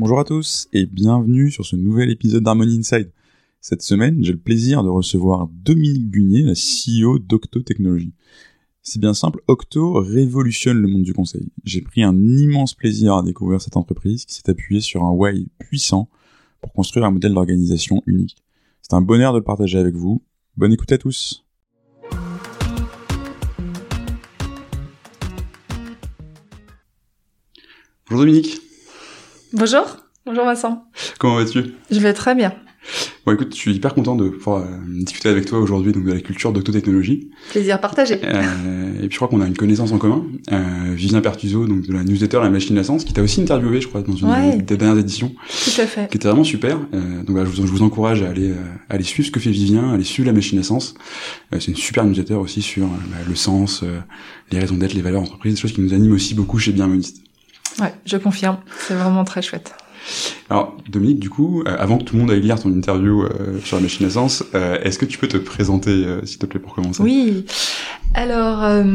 Bonjour à tous et bienvenue sur ce nouvel épisode d'Harmony Inside. Cette semaine, j'ai le plaisir de recevoir Dominique Bugnier, la CEO d'Octo Technologies. C'est bien simple, Octo révolutionne le monde du conseil. J'ai pris un immense plaisir à découvrir cette entreprise qui s'est appuyée sur un why puissant pour construire un modèle d'organisation unique. C'est un bonheur de le partager avec vous. Bonne écoute à tous. Bonjour Dominique. Bonjour Vincent. Comment vas-tu ? Je vais très bien. Bon écoute, je suis hyper content de pouvoir discuter avec toi aujourd'hui donc de la culture d'Octo Technologies. Plaisir partagé. Et puis je crois qu'on a une connaissance en commun. Vivien Pertuso, donc de la newsletter La Machine à Sens, qui t'a aussi interviewé, je crois, dans une des dernières éditions. Tout à fait. Qui était vraiment super. Donc voilà, je vous encourage à aller suivre ce que fait Vivien, à aller suivre La Machine à Sens. C'est une super newsletter aussi sur le sens, les raisons d'être, les valeurs d'entreprise, des choses qui nous animent aussi beaucoup chez Bien Moniste. Ouais, je confirme. C'est vraiment très chouette. Alors, Dominique, du coup, avant que tout le monde aille lire ton interview sur La Machine à Sens, est-ce que tu peux te présenter, s'il te plaît, pour commencer ? Oui. Alors,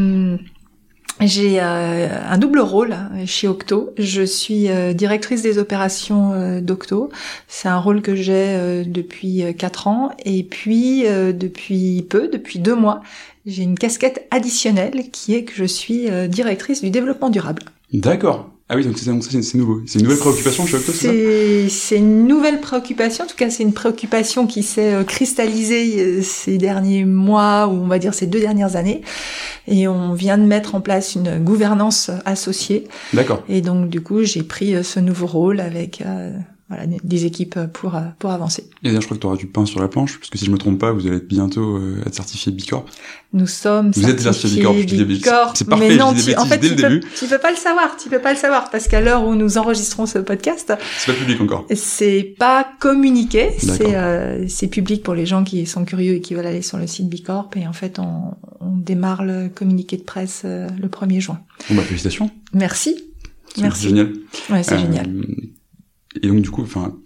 j'ai un double rôle chez Octo. Je suis directrice des opérations d'Octo. C'est un rôle que j'ai depuis 4 ans. Et puis, depuis 2 mois, j'ai une casquette additionnelle qui est que je suis directrice du développement durable. D'accord. Ah oui, donc c'est nouveau. C'est une nouvelle préoccupation chez Octo, c'est ça ? C'est une nouvelle préoccupation. En tout cas, c'est une préoccupation qui s'est cristallisée ces derniers mois, ou on va dire ces 2 dernières années. Et on vient de mettre en place une gouvernance associée. D'accord. Et donc, du coup, j'ai pris ce nouveau rôle avec des équipes pour avancer. Et d'ailleurs, je crois que tu auras du pain sur la planche, parce que si je me trompe pas, vous allez bientôt être certifié B Corp. Nous sommes certifiés B Corp. C'est parfait, mais non, je disais en fait, dès le début. Tu peux pas le savoir, parce qu'à l'heure où nous enregistrons ce podcast, c'est pas public encore. C'est pas communiqué, c'est public pour les gens qui sont curieux et qui veulent aller sur le site B Corp. Et en fait, on démarre le communiqué de presse le 1er juin. Bon bah, félicitations. Merci. C'est génial. Ouais, c'est génial. Et donc, du coup,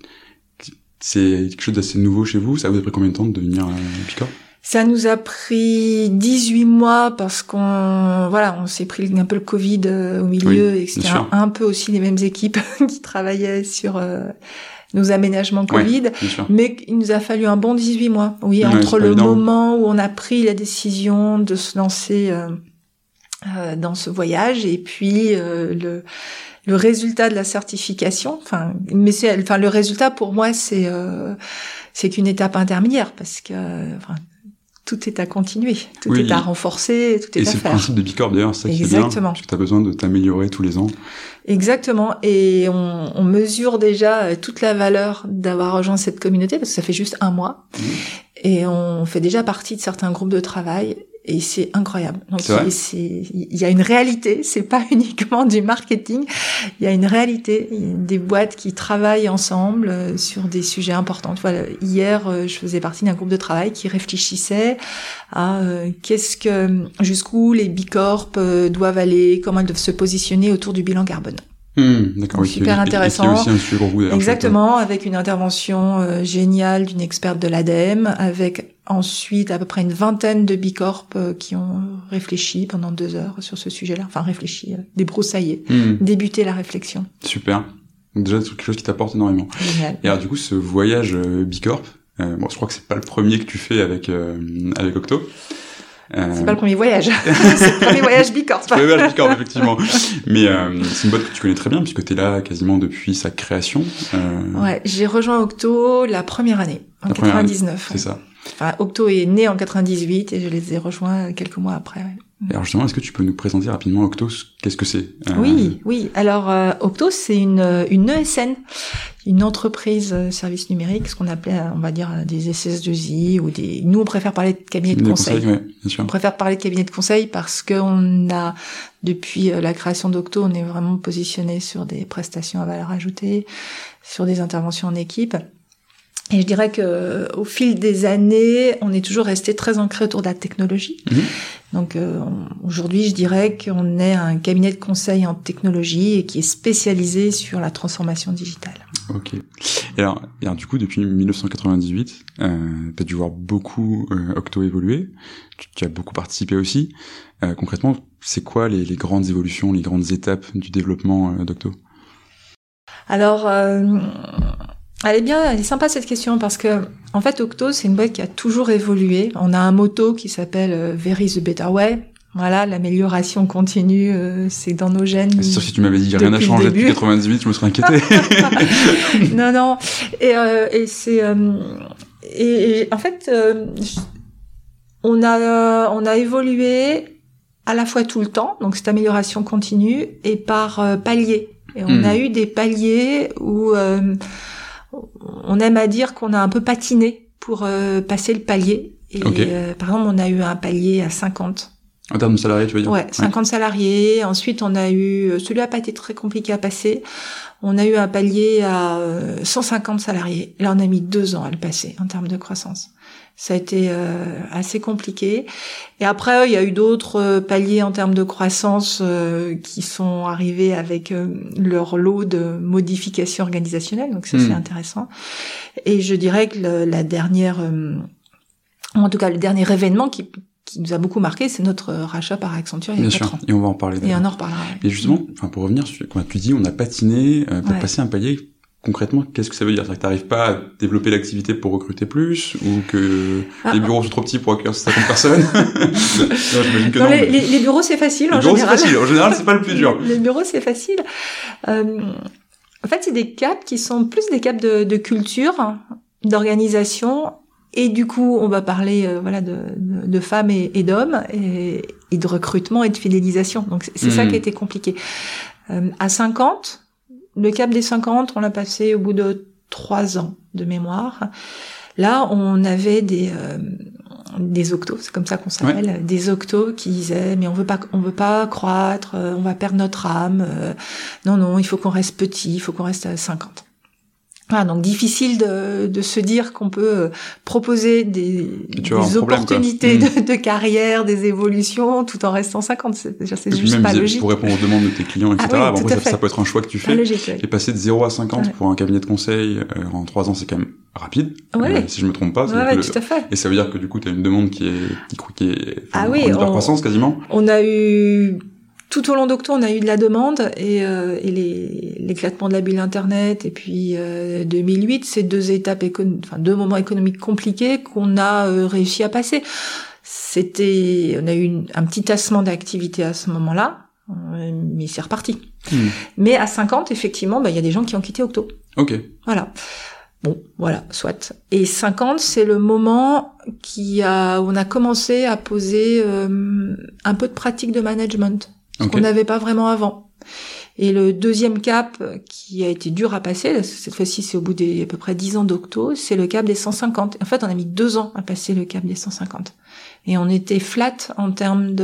c'est quelque chose d'assez nouveau chez vous. Ça vous a pris combien de temps de devenir B Corp ? Ça nous a pris 18 mois parce on s'est pris un peu le Covid au milieu et que c'était un peu aussi les mêmes équipes qui travaillaient sur nos aménagements Covid. Mais il nous a fallu un bon 18 mois. Oui, entre le moment où on a pris la décision de se lancer dans ce voyage et puis le résultat de la certification, le résultat pour moi c'est qu'une étape intermédiaire parce que tout est à continuer, tout est à renforcer, tout est à faire. Et c'est le principe de B Corp d'ailleurs, c'est ça qui est bien, parce que tu as besoin de t'améliorer tous les ans. Exactement, et on mesure déjà toute la valeur d'avoir rejoint cette communauté parce que ça fait juste 1 mois, et on fait déjà partie de certains groupes de travail. Et c'est incroyable. Donc il y a une réalité, c'est pas uniquement du marketing. Il y a une réalité, des boîtes qui travaillent ensemble sur des sujets importants. Voilà, hier, je faisais partie d'un groupe de travail qui réfléchissait à jusqu'où les B Corp doivent aller, comment elles doivent se positionner autour du bilan carbone. D'accord, oui, super intéressant. Et aussi un sujet pour vous, exactement, avec une intervention géniale d'une experte de l'ADEME, avec ensuite à peu près une vingtaine de B Corp qui ont réfléchi pendant 2 heures sur ce sujet-là. Enfin, débroussaillé, débuté la réflexion. Super. Donc déjà, c'est quelque chose qui t'apporte énormément. Génial. Et alors du coup, ce voyage B Corp, je crois que c'est pas le premier que tu fais avec Octo. C'est pas le premier voyage. C'est le premier voyage B Corp. C'est le premier voyage B Corp, effectivement. Mais c'est une boîte que tu connais très bien puisque t'es là quasiment depuis sa création. Ouais, j'ai rejoint Octo la première année, en 99. C'est ça. Enfin, Octo est né en 98 et je les ai rejoints quelques mois après. Ouais. Et alors justement, est-ce que tu peux nous présenter rapidement Octo ? Qu'est-ce que c'est ? Oui. Alors Octo, c'est une ESN, une entreprise service numérique, ce qu'on appelait, on va dire, des SS2I ou des. Nous, on préfère parler de cabinet de conseil. Ouais, bien sûr. On préfère parler de cabinet de conseil parce que on a, depuis la création d'Octo, on est vraiment positionné sur des prestations à valeur ajoutée, sur des interventions en équipe. Et je dirais que au fil des années, on est toujours resté très ancré autour de la technologie. Donc aujourd'hui, je dirais qu'on est un cabinet de conseil en technologie et qui est spécialisé sur la transformation digitale. Ok. Et alors du coup, depuis 1998, t'as dû voir beaucoup Octo évoluer. Tu as beaucoup participé aussi. Concrètement, c'est quoi les grandes évolutions, les grandes étapes du développement d'Octo ? Alors, elle est sympa cette question parce que en fait Octo c'est une boîte qui a toujours évolué. On a un motto qui s'appelle Very the Better Way. Voilà, l'amélioration continue, c'est dans nos gènes. C'est sûr que si tu m'avais dit rien n'a changé depuis 98, je me serais inquiété. Non. Et c'est et en fait on a évolué à la fois tout le temps, donc cette amélioration continue, et par paliers. Et on a eu des paliers où on aime à dire qu'on a un peu patiné pour passer le palier. Et par exemple, on a eu un palier à 50. En termes de salariés, tu veux dire? Ouais, 50 salariés. Ensuite, on a eu... Celui-là n'a pas été très compliqué à passer. On a eu un palier à 150 salariés. Là, on a mis 2 ans à le passer en termes de croissance. Ça a été assez compliqué. Et après, il y a eu d'autres paliers en termes de croissance qui sont arrivés avec leur lot de modifications organisationnelles. Donc ça, c'est intéressant. Et je dirais que la dernière... en tout cas, le dernier événement qui nous a beaucoup marqué, c'est notre rachat par Accenture il y a 4 ans. Et on va en parler. Et on en reparlera. Et justement, pour revenir sur quand tu dis on a patiné pour passer un palier, concrètement, qu'est-ce que ça veut dire? C'est-à-dire que t'arrives pas à développer l'activité pour recruter plus, ou que les bureaux sont trop petits pour accueillir 50 personnes? Non, j'imagine que non. Les bureaux, c'est facile en général. En général, c'est pas le plus dur. Les bureaux, c'est facile. En fait, c'est des caps qui sont plus des caps de culture, d'organisation. Et du coup, on va parler de femmes et d'hommes et de recrutement et de fidélisation. Donc c'est ça qui a été compliqué. À 50, le cap des 50, on l'a passé au bout de 3 ans de mémoire. Là, on avait des octos, c'est comme ça qu'on s'appelle, des octos qui disaient mais on veut pas croître, on va perdre notre âme. Non, il faut qu'on reste petit, il faut qu'on reste à 50. Voilà, donc difficile de se dire qu'on peut proposer des opportunités de carrière, des évolutions, tout en restant 50. C'est juste pas logique. Pour répondre aux demandes de tes clients, etc. Ça peut être un choix que tu fais. Et passer de 0 à 50 pour un cabinet de conseil en 3 ans, c'est quand même rapide. Si je me trompe pas. Tout à fait. Et ça veut dire que du coup, tu as une demande qui est en hyper-croissance quasiment. On a eu... Tout au long d'octobre, on a eu de la demande et l'éclatement de la bulle Internet et puis 2008, c'est 2 moments économiques compliqués qu'on a réussi à passer. On a eu un petit tassement d'activité à ce moment-là, mais c'est reparti. Mais à 50, effectivement, il y a des gens qui ont quitté Octo. Ok. Voilà. Bon, voilà, soit. Et 50, c'est le moment où on a commencé à poser un peu de pratique de management. Ce qu'on n'avait pas vraiment avant. Et le deuxième cap qui a été dur à passer, cette fois-ci c'est au bout des à peu près 10 ans d'Octo, c'est le cap des 150. En fait, on a mis 2 ans à passer le cap des 150. Et on était flat en termes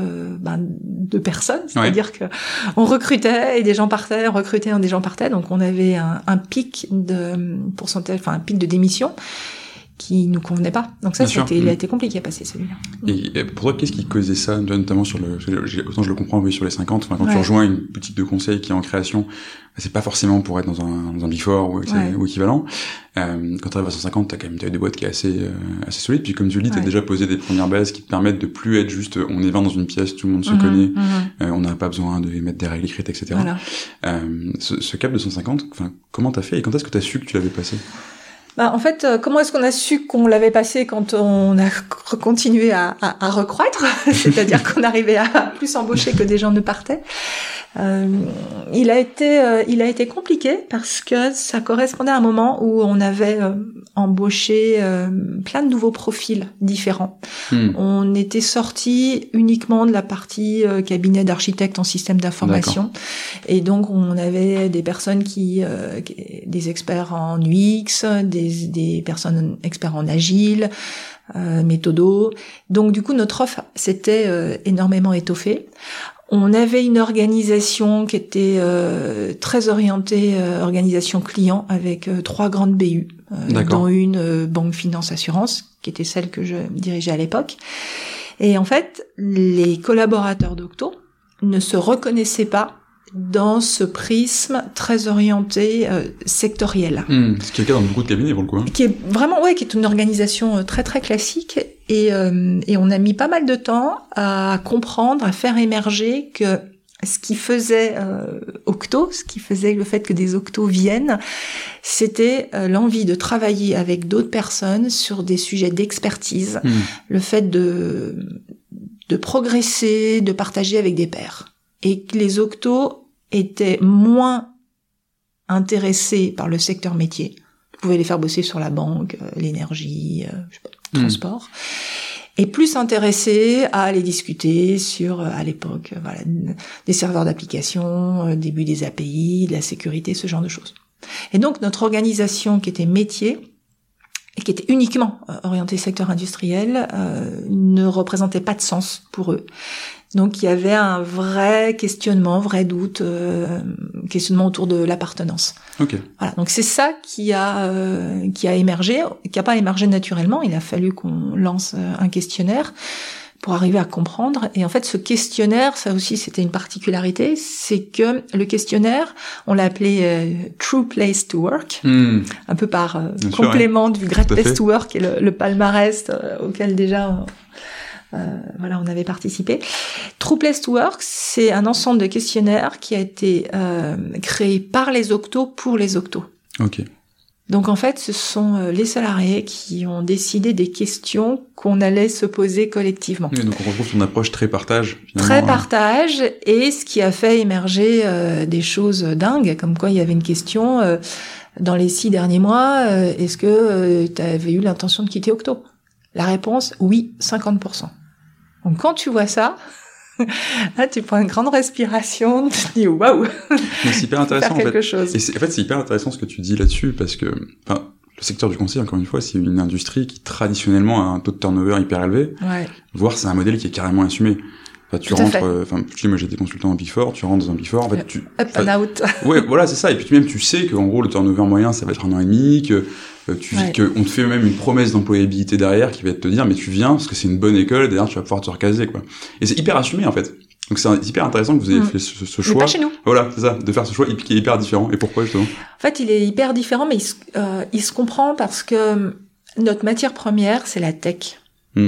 de personnes, c'est-à-dire que on recrutait et des gens partaient, on recrutait et des gens partaient, donc on avait un pic de pourcentage, un pic de démission qui nous convenait pas. Donc ça, il a été compliqué à passer celui-là. Et pour toi, qu'est-ce qui causait ça, notamment autant je le comprends, sur les 50, quand tu rejoins une boutique de conseil qui est en création, c'est pas forcément pour être dans un Big Four ou équivalent. Quand tu arrives à 150, t'as des boîtes qui est assez solide. Puis comme tu le dis, t'as déjà posé des premières bases qui te permettent de plus être juste, on est 20 dans une pièce, tout le monde se connaît, on n'a pas besoin de mettre des règles écrites, etc. Voilà. Ce cap de 150, comment t'as fait et quand est-ce que t'as su que tu l'avais passé? En fait, comment est-ce qu'on a su qu'on l'avait passé quand on a continué à recroître, c'est-à-dire qu'on arrivait à plus embaucher que des gens ne partaient. Il a été compliqué parce que ça correspondait à un moment où on avait embauché plein de nouveaux profils différents. On était sorti uniquement de la partie cabinet d'architectes en système d'information. Et donc on avait des personnes des experts en UX, des personnes experts en agile, méthodo. Donc du coup notre offre s'était énormément étoffée. On avait une organisation qui était très orientée organisation client avec 3 grandes BU, dont une banque finance assurance qui était celle que je dirigeais à l'époque. Et en fait, les collaborateurs d'Octo ne se reconnaissaient pas dans ce prisme très orienté sectoriel. Ce qui est le cas dans beaucoup de cabinets pour le coup. Qui est vraiment qui est une organisation très très classique et on a mis pas mal de temps à comprendre, à faire émerger que ce qui faisait Octo, ce qui faisait le fait que des Octos viennent, c'était l'envie de travailler avec d'autres personnes sur des sujets d'expertise, le fait de progresser, de partager avec des pairs. Et que les Octos étaient moins intéressés par le secteur métier. Vous pouvez les faire bosser sur la banque, l'énergie, transport. Et plus intéressés à aller discuter sur, à l'époque, voilà, des serveurs d'application, début des API, de la sécurité, ce genre de choses. Et donc, notre organisation qui était métier, et qui était uniquement orientée secteur industriel, ne représentait pas de sens pour eux. Donc il y avait un vrai questionnement, vrai doute, questionnement autour de l'appartenance. Okay. Voilà, donc c'est ça qui a émergé, qui a pas émergé naturellement. Il a fallu qu'on lance un questionnaire pour arriver à comprendre. Et en fait, ce questionnaire, ça aussi, c'était une particularité, c'est que le questionnaire, on l'a appelé True Place to Work, un peu par complément du Great Place to Work et le palmarès auquel déjà on avait participé. True Place to Work, c'est un ensemble de questionnaires qui a été créé par les Octos pour les Octos. Ok. Donc en fait, ce sont les salariés qui ont décidé des questions qu'on allait se poser collectivement. Oui, donc on retrouve son approche très partage. Très partage, et ce qui a fait émerger des choses dingues, comme quoi il y avait une question dans les 6 derniers mois, est-ce que tu avais eu l'intention de quitter Octo ? La réponse, oui, 50%. Donc quand tu vois ça, là tu prends une grande respiration, tu te dis waouh. C'est hyper intéressant faire quelque chose. Et c'est hyper intéressant ce que tu dis là-dessus, parce que le secteur du conseil, encore une fois, c'est une industrie qui traditionnellement a un taux de turnover hyper élevé. Ouais. Voire c'est un modèle qui est carrément assumé. Tu rentres, moi j'étais consultant en Big Four, tu rentres dans un Big Four, en fait up and out. Ouais, voilà, c'est ça. Et puis même tu sais qu'en gros le turnover moyen ça va être 1 an et demi, que on te fait même une promesse d'employabilité derrière qui va te dire mais tu viens parce que c'est une bonne école, derrière tu vas pouvoir te recaser quoi. Et c'est hyper assumé en fait. Donc c'est hyper intéressant que vous ayez fait ce choix. Mais pas chez nous. Voilà, c'est ça, de faire ce choix qui est hyper différent. Et pourquoi justement ? En fait, il est hyper différent, mais il se comprend parce que notre matière première c'est la tech.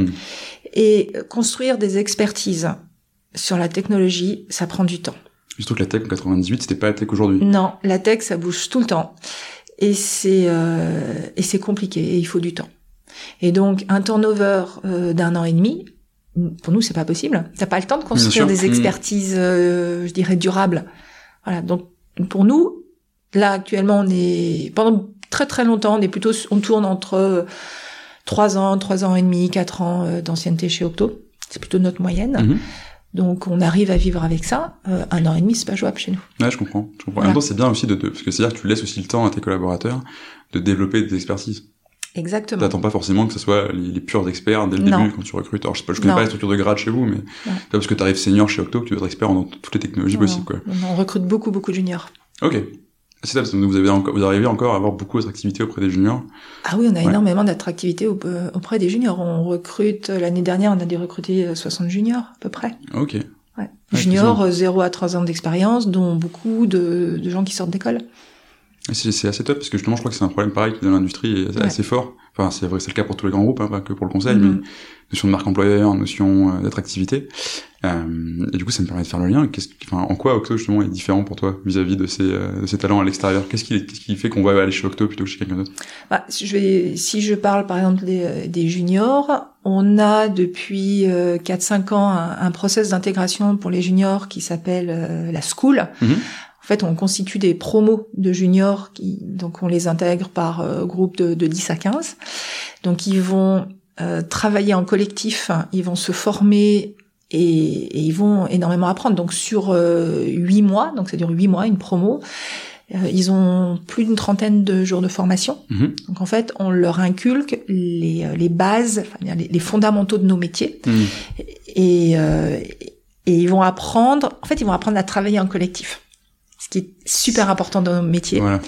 Et construire des expertises sur la technologie, ça prend du temps. Surtout que la tech en 98, c'était pas la tech aujourd'hui. Non, la tech, ça bouge tout le temps. Et c'est compliqué, et il faut du temps. Et donc, un turnover d'1 an et demi, pour nous, c'est pas possible. T'as pas le temps de construire des expertises, je dirais, durables. Voilà. Donc, pour nous, là, actuellement, pendant très très longtemps, on tourne entre 3 ans et demi, 4 ans d'ancienneté chez Octo. C'est plutôt notre moyenne. Donc, on arrive à vivre avec ça. 1 an et demi, c'est pas jouable chez nous. Ouais, je comprends. Voilà. En même temps, c'est bien aussi parce que c'est-à-dire que tu laisses aussi le temps à tes collaborateurs de développer des expertises. Exactement. T'attends pas forcément que ce soit les purs experts dès le début quand tu recrutes. Alors, je connais pas les structures de grade chez vous, mais c'est pas parce que t'arrives senior chez Octo que tu vas être expert dans toutes les technologies possibles, quoi. On recrute beaucoup de juniors. Ok. C'est ça, parce que vous arrivez encore à avoir beaucoup d'attractivité auprès des juniors. Ah oui, on a énormément d'attractivité auprès des juniors. On recrute, l'année dernière, on a dû recruter 60 juniors, à peu près. Ok. Ouais. Juniors, 0 à 3 ans d'expérience, dont beaucoup de gens qui sortent d'école. C'est assez top, parce que justement, je crois que c'est un problème pareil qui dans l'industrie est assez fort. Enfin, c'est vrai, c'est le cas pour tous les grands groupes, pas que pour le conseil, mais notion de marque employeur, notion d'attractivité. Et du coup, ça me permet de faire le lien. En quoi Octo, justement, est différent pour toi vis-à-vis de ces talents à l'extérieur? Qu'est-ce qui fait qu'on va aller chez Octo plutôt que chez quelqu'un d'autre? Si je parle, par exemple, des juniors, on a depuis 4-5 ans un process d'intégration pour les juniors qui s'appelle la School. En fait, on constitue des promos de juniors donc on les intègre par groupe de 10 à 15. Donc ils vont travailler en collectif, ils vont se former et ils vont énormément apprendre. Donc sur 8 mois, donc ça dure 8 mois, une promo, ils ont plus d'une 30aine de jours de formation. Donc en fait, on leur inculque les bases, les fondamentaux de nos métiers. Et ils vont apprendre à travailler en collectif. Ce qui est super important dans nos métiers. Voilà.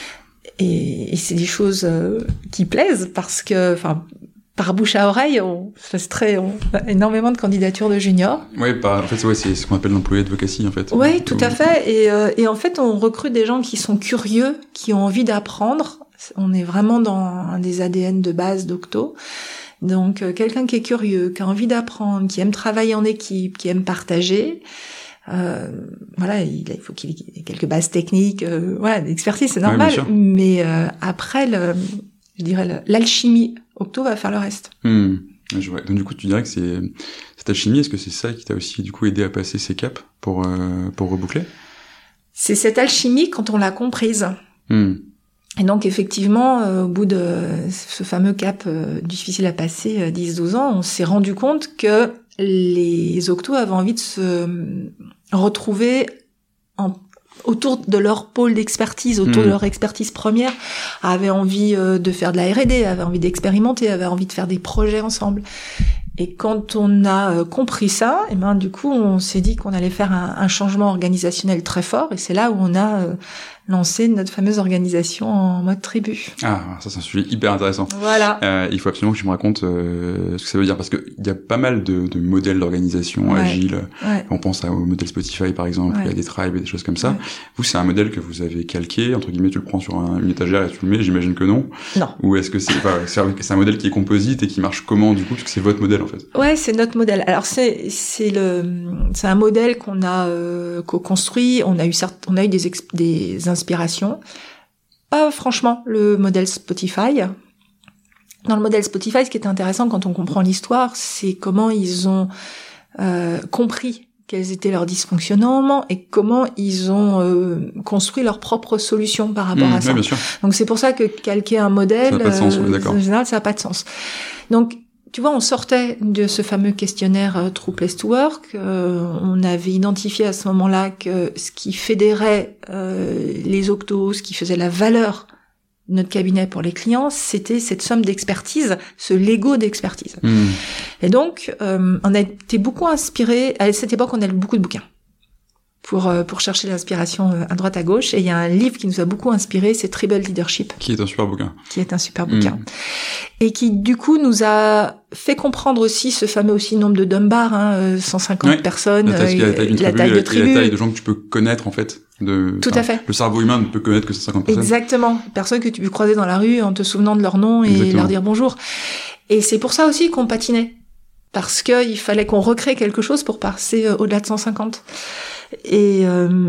Et c'est des choses qui plaisent parce que, par bouche à oreille, on a énormément de candidatures de juniors. Oui, en fait, c'est ce qu'on appelle l'employé advocacy, en fait. Oui, tout à fait. Et en fait, on recrute des gens qui sont curieux, qui ont envie d'apprendre. On est vraiment dans un des ADN de base d'Octo. Donc, quelqu'un qui est curieux, qui a envie d'apprendre, qui aime travailler en équipe, qui aime partager. voilà, il faut qu'il ait quelques bases techniques, voilà, d'expertise, c'est normal. Ouais, mais après, je dirais l'alchimie Octo va faire le reste. Je vois. Donc du coup, tu dirais que c'est cette alchimie, est-ce que c'est ça qui t'a aussi du coup aidé à passer ces caps pour reboucler? C'est cette alchimie quand on l'a comprise. Et donc effectivement, au bout de ce fameux cap difficile à passer, 10-12 ans, on s'est rendu compte que les Octos avaient envie de se retrouver autour de leur pôle d'expertise, autour de leur expertise première, avaient envie de faire de la R&D, avaient envie d'expérimenter, avaient envie de faire des projets ensemble. Et quand on a compris ça, et ben du coup on s'est dit qu'on allait faire un changement organisationnel très fort, et c'est là où on a lancé notre fameuse organisation en mode tribu. Ah, ça c'est un sujet hyper intéressant. Voilà. Il faut absolument que tu me racontes ce que ça veut dire, parce que il y a pas mal de modèles d'organisation agile. On pense au modèle Spotify par exemple, il y a des tribes et des choses comme ça. Vous, c'est un modèle que vous avez calqué, entre guillemets, tu le prends sur une étagère et tu le mets, j'imagine que non. Non. Ou est-ce que c'est un modèle qui est composite et qui marche comment du coup, parce que c'est votre modèle en fait? Ouais, c'est notre modèle. Alors c'est un modèle qu'on a co-construit. On a eu des inspirations. Pas franchement le modèle Spotify. Dans le modèle Spotify, ce qui est intéressant quand on comprend l'histoire, c'est comment ils ont compris quels étaient leurs dysfonctionnements et comment ils ont construit leurs propres solutions par rapport à ça. Ouais, bien sûr. Donc c'est pour ça que calquer un modèle, ça n'a pas de sens, d'accord. En général, ça n'a pas de sens. Donc tu vois, on sortait de ce fameux questionnaire True Place to Work. On avait identifié à ce moment-là que ce qui fédérait les Octos, ce qui faisait la valeur de notre cabinet pour les clients, c'était cette somme d'expertise, ce Lego d'expertise. Et donc, on a été beaucoup inspiré. À cette époque, on a lu beaucoup de bouquins pour chercher l'inspiration à droite à gauche. Et il y a un livre qui nous a beaucoup inspiré, c'est Tribal Leadership. Qui est un super bouquin. Et qui, du coup, nous a fait comprendre aussi ce fameux aussi nombre de Dunbar, 150 personnes. La taille de tribu. Et la taille de gens que tu peux connaître, en fait. Tout à fait. Le cerveau humain ne peut connaître que 150 personnes. Exactement. Personnes que tu peux croiser dans la rue en te souvenant de leur nom et leur dire bonjour. Et c'est pour ça aussi qu'on patinait. Parce que il fallait qu'on recrée quelque chose pour passer au-delà de 150. Et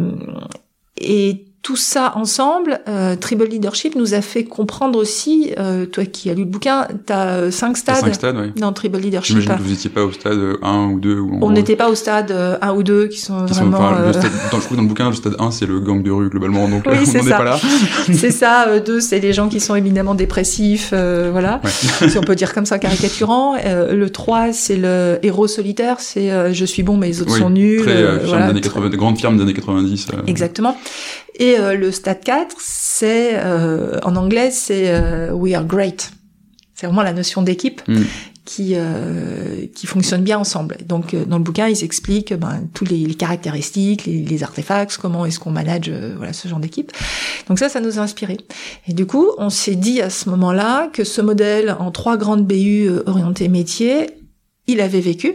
tout ça ensemble, Tribal Leadership nous a fait comprendre aussi, toi qui as lu le bouquin, t'as 5 stades, dans Tribal Leadership. J'imagine que vous n'étiez pas au stade 1 ou 2. On n'était pas au stade 1 ou 2 qui sont vraiment... je crois que dans le bouquin, le stade 1, c'est le gang de rue, globalement, donc oui, on n'en est pas là. C'est ça, 2, c'est les gens qui sont éminemment dépressifs, voilà, si on peut dire comme ça, caricaturant. Le 3, c'est le héros solitaire, c'est je suis bon mais les autres sont nuls. Très grande firme des années 90. Exactement. Et le stade 4, c'est en anglais, c'est we are great. C'est vraiment la notion d'équipe qui fonctionne bien ensemble. Donc dans le bouquin, ils expliquent tous les caractéristiques, les artefacts, comment est-ce qu'on manage ce genre d'équipe. Donc ça nous a inspiré. Et du coup, on s'est dit à ce moment-là que ce modèle en 3 grandes BU orientées métiers, il avait vécu.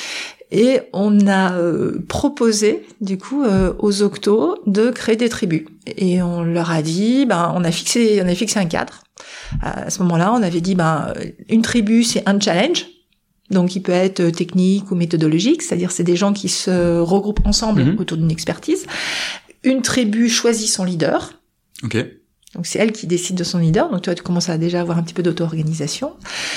Et on a proposé, du coup, aux Octos de créer des tribus. Et on leur a dit, on a fixé un cadre. À ce moment-là, on avait dit, une tribu, c'est un challenge. Donc, il peut être technique ou méthodologique. C'est-à-dire, c'est des gens qui se regroupent ensemble autour d'une expertise. Une tribu choisit son leader. Ok. Donc c'est elle qui décide de son leader. Donc toi, tu commences à déjà avoir un petit peu d'auto-organisation.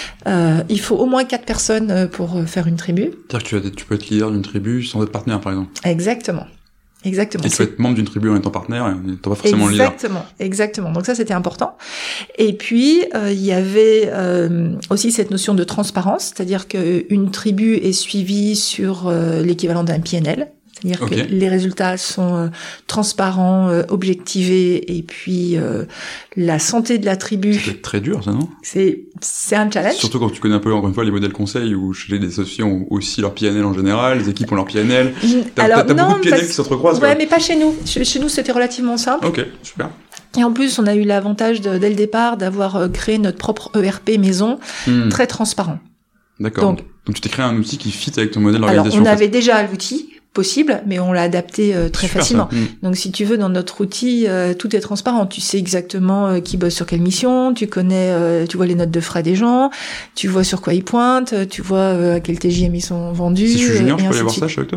Il faut au moins 4 personnes pour faire une tribu. C'est-à-dire que tu peux être leader d'une tribu sans être partenaire, par exemple. Exactement. Et tu peux être membre d'une tribu en étant partenaire et n'étant pas forcément le leader. Exactement. Donc ça, c'était important. Et puis, il y avait aussi cette notion de transparence, c'est-à-dire qu'une tribu est suivie sur l'équivalent d'un PNL. C'est-à-dire que les résultats sont transparents, objectivés, et puis la santé de la tribu... Ça peut être très dur, ça, non? C'est un challenge. Surtout quand tu connais un peu, encore une fois, les modèles conseils, où les associés ont aussi leur PNL en général, les équipes ont leur PNL. T'as beaucoup de PNL qui s'entrecroisent, ouais, mais pas chez nous. Chez nous, c'était relativement simple. Ok, super. Et en plus, on a eu l'avantage, dès le départ, d'avoir créé notre propre ERP maison, très transparent. D'accord. Donc tu t'es créé un outil qui fit avec ton modèle d'organisation. Alors, on avait déjà l'outil possible, mais on l'a adapté très facilement. Donc si tu veux, dans notre outil, tout est transparent. Tu sais exactement qui bosse sur quelle mission, tu connais, tu vois les notes de frais des gens, tu vois sur quoi ils pointent, tu vois à quel TJM ils sont vendus. Si je suis junior, je peux aller voir ça chez toi?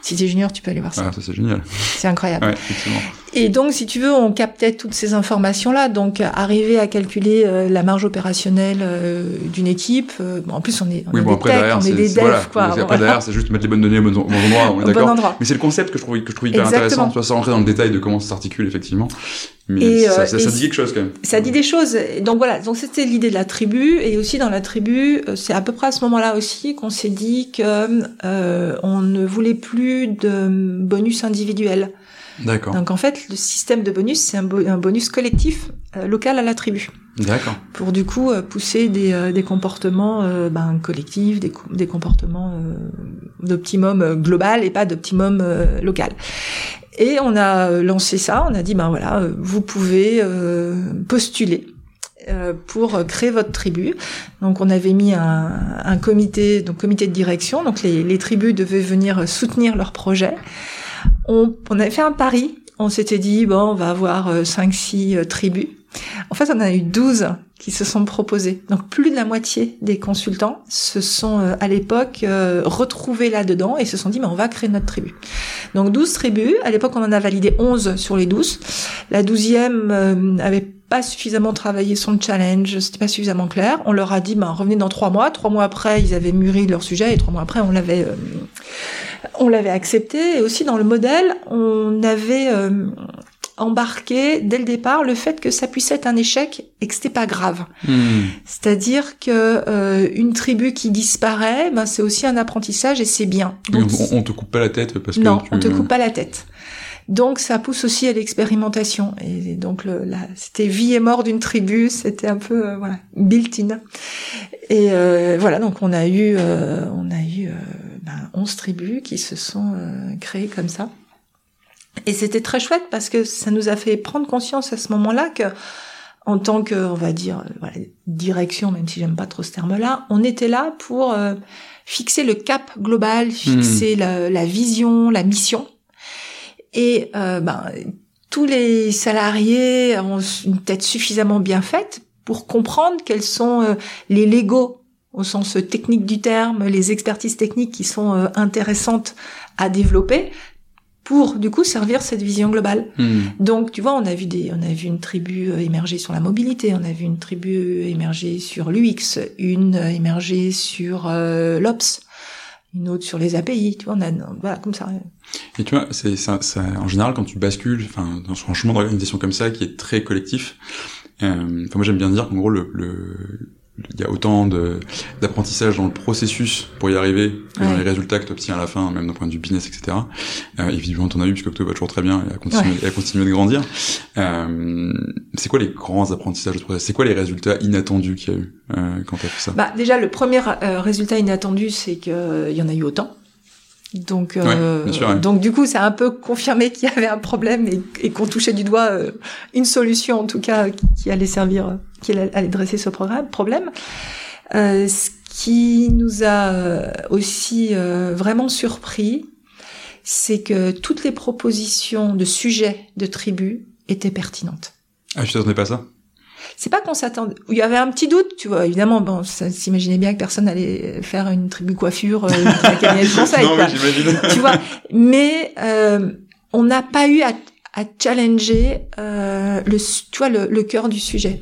Si t'es junior, tu peux aller voir ça. Ah, ça c'est génial. C'est incroyable. Ouais, effectivement. Et donc, si tu veux, on captait toutes ces informations-là. Donc, arriver à calculer la marge opérationnelle d'une équipe. Bon, en plus, on est des techs, on est des devs, quoi. Après, derrière, c'est juste mettre les bonnes données au bon endroit, on est d'accord. Mais c'est le concept que je trouve hyper intéressant. Tu vois, sans rentrer dans le détail de comment ça s'articule, effectivement. Mais ça dit quelque chose, quand même. Ça dit des choses. Donc, voilà. Donc, c'était l'idée de la tribu. Et aussi, dans la tribu, c'est à peu près à ce moment-là aussi qu'on s'est dit que on ne voulait plus de bonus individuels. D'accord. Donc en fait, le système de bonus, c'est un bonus collectif local à la tribu. D'accord. Pour du coup pousser des comportements collectifs, des comportements d'optimum global et pas d'optimum local. Et on a lancé ça, on a dit vous pouvez postuler pour créer votre tribu. Donc on avait mis un comité de direction, donc les tribus devaient venir soutenir leur projet. On avait fait un pari, on s'était dit on va avoir 5-6 tribus. En fait, on en a eu 12 qui se sont proposés. Donc plus de la moitié des consultants se sont à l'époque retrouvés là-dedans et se sont dit on va créer notre tribu. Donc 12 tribus, à l'époque on en a validé 11 sur les 12. La 12e avait pas suffisamment travaillé son challenge, c'était pas suffisamment clair. On leur a dit revenez dans 3 mois. 3 mois après, ils avaient mûri leur sujet et 3 mois après, on l'avait accepté. Et aussi dans le modèle, on avait embarqué dès le départ le fait que ça puisse être un échec et que c'était pas grave. C'est-à-dire que une tribu qui disparaît, c'est aussi un apprentissage et c'est bien. Donc, on te coupe pas la tête parce que on te coupe pas la tête. Donc ça pousse aussi à l'expérimentation et donc c'était vie et mort d'une tribu, c'était un peu built-in. Et donc on a eu 11 tribus qui se sont créées comme ça. Et c'était très chouette parce que ça nous a fait prendre conscience à ce moment-là que en tant que, on va dire, direction, même si j'aime pas trop ce terme-là, on était là pour fixer le cap global, fixer la vision, la mission. Et tous les salariés ont une tête suffisamment bien faite pour comprendre quels sont les Legos au sens technique du terme, les expertises techniques qui sont intéressantes à développer pour du coup servir cette vision globale. Donc tu vois, on a vu une tribu émerger sur la mobilité, on a vu une tribu émerger sur l'UX, une émerger sur l'Ops, une autre sur les API, tu vois, comme ça. Et tu vois, c'est ça, en général, quand tu bascules, dans un changement d'organisation comme ça, qui est très collectif, moi j'aime bien dire qu'en gros, il y a autant d'apprentissage dans le processus pour y arriver que dans les résultats que tu obtiens à la fin, même d'un point de vue business, etc. Évidemment, t'en as eu, puisque Octo va toujours très bien et a continué de grandir. C'est quoi les grands apprentissages de ce processus? C'est quoi les résultats inattendus qu'il y a eu quand t'as fait ça? Déjà, le premier résultat inattendu, c'est qu'il y en a eu autant. Donc, donc du coup, ça a un peu confirmé qu'il y avait un problème et qu'on touchait du doigt une solution, en tout cas, qui allait servir, qui allait dresser ce problème. Ce qui nous a aussi vraiment surpris, c'est que toutes les propositions de sujets de tribus étaient pertinentes. Ah, je t'attendais pas à ça? C'est pas qu'on s'attendait. Il y avait un petit doute, tu vois. Évidemment, ça s'imaginait bien que personne allait faire une tribu coiffure qui a cabinet de conseil. Non, quoi. Oui, j'imagine. Tu vois. Mais on n'a pas eu à challenger le cœur du sujet.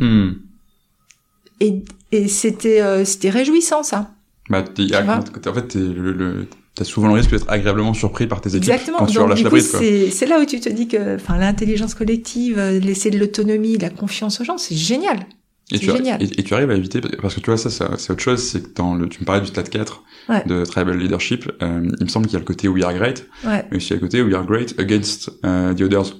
Et c'était réjouissant, ça. En fait, t'as souvent le risque d'être agréablement surpris par tes équipes. Exactement. Quand tu leur lâches la bride, quoi. C'est là où tu te dis que, l'intelligence collective, laisser de l'autonomie, de la confiance aux gens, c'est génial. Et tu arrives à éviter, parce que tu vois, ça, c'est autre chose, c'est que tu me parlais du stade 4 de Tribal Leadership, il me semble qu'il y a le côté We are great, mais aussi il y a le côté We are great against the others.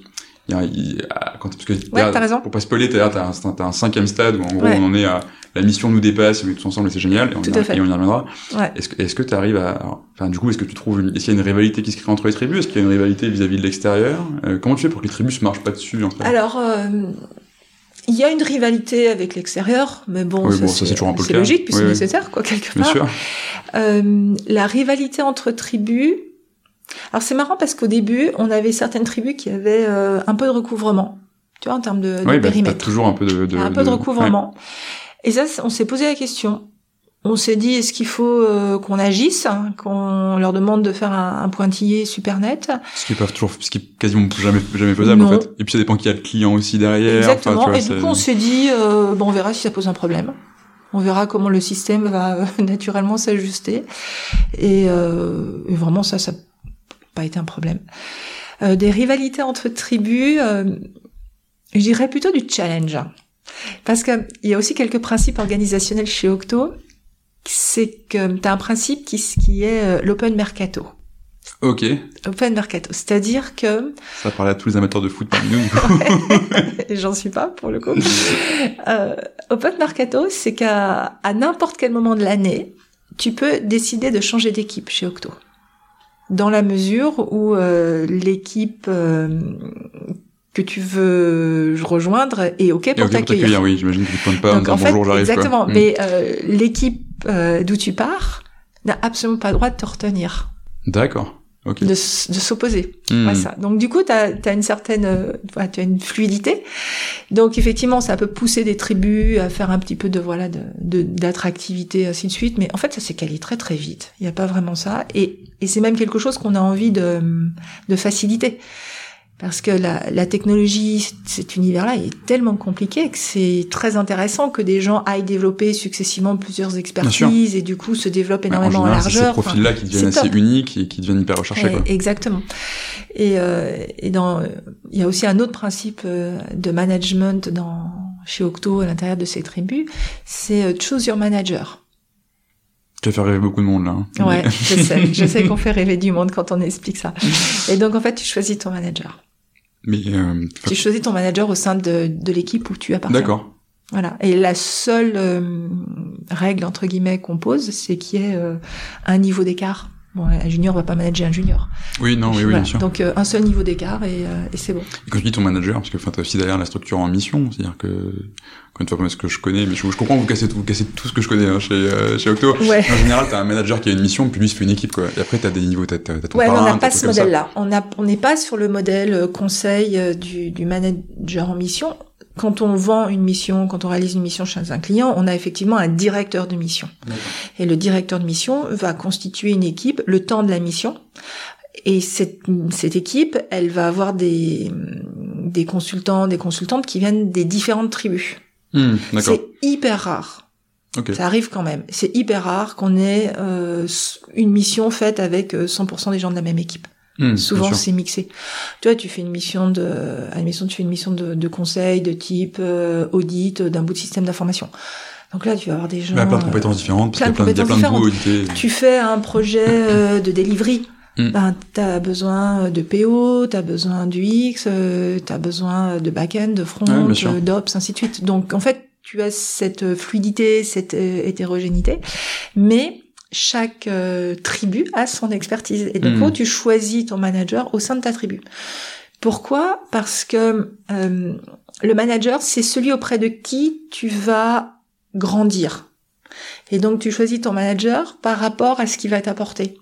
T'as raison. Pour pas spoiler, t'as un 5e stade où en gros on en est à la mission nous dépasse, on est tous ensemble et c'est génial, et on y reviendra. Est-ce que t'arrives est-ce que tu trouves est-ce qu'il y a une rivalité qui se crée entre les tribus? Est-ce qu'il y a une rivalité vis-à-vis de l'extérieur? Comment tu fais pour que les tribus se marchent pas dessus, en fait? Alors, il y a une rivalité avec l'extérieur, mais ça c'est toujours un peu le cas. C'est logique, puis c'est nécessaire, quoi, quelque part. Bien sûr. La rivalité entre tribus, alors c'est marrant parce qu'au début, on avait certaines tribus qui avaient un peu de recouvrement, tu vois, en termes de périmètre. T'as toujours un peu de recouvrement. Et ça, on s'est posé la question. on s'est dit, est-ce qu'il faut qu'on agisse, qu'on leur demande de faire un pointillé super net? Ce qui est quasiment jamais faisable, non. En fait. Et puis ça dépend qui a le client aussi derrière. Exactement. Enfin, tu vois, et du coup, on s'est dit, on verra si ça pose un problème. On verra comment le système va naturellement s'ajuster. Et vraiment, ça n'a pas été un problème. Des rivalités entre tribus, je dirais plutôt du challenge. Parce que il y a aussi quelques principes organisationnels chez Octo. C'est que tu as un principe qui est l'open mercato. Ok. Open mercato, c'est-à-dire que... Ça parlait à tous les amateurs de foot parmi nous, du coup. Ouais, j'en suis pas, pour le coup. Open mercato, c'est qu'à n'importe quel moment de l'année, tu peux décider de changer d'équipe chez Octo. Dans la mesure où l'équipe que tu veux rejoindre est OK pour t'accueillir. Oui, j'imagine que tu ne pointes pas en disant bonjour, j'arrive. Exactement, quoi. Mais l'équipe d'où tu pars n'a absolument pas le droit de te retenir. D'accord. Okay. De s'opposer à ça. Donc du coup, t'as une certaine, tu as une fluidité. Donc effectivement, ça peut pousser des tribus à faire un petit peu d'attractivité, ainsi de suite. Mais en fait, ça s'est calé très très vite. Il n'y a pas vraiment ça. Et c'est même quelque chose qu'on a envie de faciliter. Parce que la technologie, cet univers-là, est tellement compliqué que c'est très intéressant que des gens aillent développer successivement plusieurs expertises et du coup se développent énormément en largeur. C'est ces profils-là qui deviennent assez uniques et qui deviennent hyper recherchés. Quoi. Exactement. Et il y a aussi un autre principe de management chez Octo à l'intérieur de ces tribus, c'est choose your manager. Tu vas faire rêver beaucoup de monde, là. Hein. Ouais, je sais qu'on fait rêver du monde quand on explique ça. Et donc, en fait, tu choisis ton manager. Mais tu choisis ton manager au sein de l'équipe où tu appartiens. D'accord. Voilà. Et la seule règle, entre guillemets, qu'on pose, c'est qu'il y ait un niveau d'écart. Bon, un junior va pas manager un junior. Oui, non, oui, bien sûr. Donc, un seul niveau d'écart et c'est bon. Et quand tu dis ton manager, parce que, t'as aussi derrière la structure en mission, c'est-à-dire que, quand tu vois ce que je connais, mais je comprends que vous cassez tout ce que je connais, hein, chez Octo. Ouais. En général, t'as un manager qui a une mission, puis lui, il fait une équipe, quoi. Et après, t'as des niveaux, t'as ton ouais, parrain, mais on n'a pas ce modèle-là. On n'est pas sur le modèle conseil du manager en mission. Quand on vend une mission, quand on réalise une mission chez un client, on a effectivement un directeur de mission. D'accord. Et le directeur de mission va constituer une équipe le temps de la mission. Et cette équipe, elle va avoir des consultants, des consultantes qui viennent des différentes tribus. D'accord. C'est hyper rare. Okay. Ça arrive quand même. C'est hyper rare qu'on ait une mission faite avec 100% des gens de la même équipe. Souvent, c'est mixé. Tu vois, tu fais une mission de conseil de type audit d'un bout de système d'information. Donc là, tu vas avoir des gens... plein de compétences différentes, parce qu'il y a plein de bouts audités. Tu fais un projet de delivery. T'as besoin de PO, t'as besoin d'UX, t'as besoin de back-end, de front, d'ops, ainsi de suite. Donc, en fait, tu as cette fluidité, cette hétérogénéité, mais chaque tribu a son expertise. Et donc, tu choisis ton manager au sein de ta tribu. Pourquoi ? Parce que le manager, c'est celui auprès de qui tu vas grandir. Et donc, tu choisis ton manager par rapport à ce qu'il va t'apporter.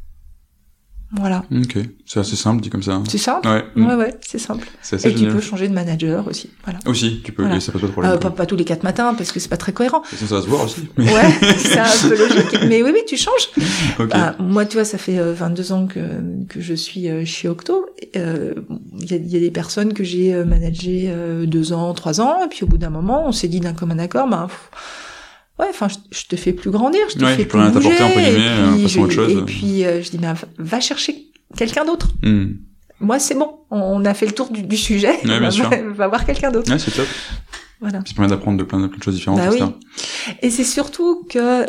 Voilà. Ok, c'est assez simple dit comme ça. C'est simple. Ouais, ouais, c'est simple. C'est assez génial. Tu peux changer de manager aussi. Voilà. Aussi, tu peux. Voilà. Et ça pose pas de problème. Pas tous les 4 matins parce que c'est pas très cohérent. Ça va se voir aussi. Ouais, c'est un peu logique. Mais oui, tu changes. Okay. Moi, tu vois, ça fait 22 ans que je suis chez Octo. Il y a des personnes que j'ai managées 2 ans, 3 ans, et puis au bout d'un moment, on s'est dit d'un commun accord, ouais, enfin, je te fais plus grandir, je te fais plus bouger, et puis je dis, va chercher quelqu'un d'autre. Moi, c'est bon, on a fait le tour du sujet, va voir quelqu'un d'autre. Ouais, c'est top. Voilà. Ça permet d'apprendre de plein de choses différentes, etc. Oui. Et c'est surtout que,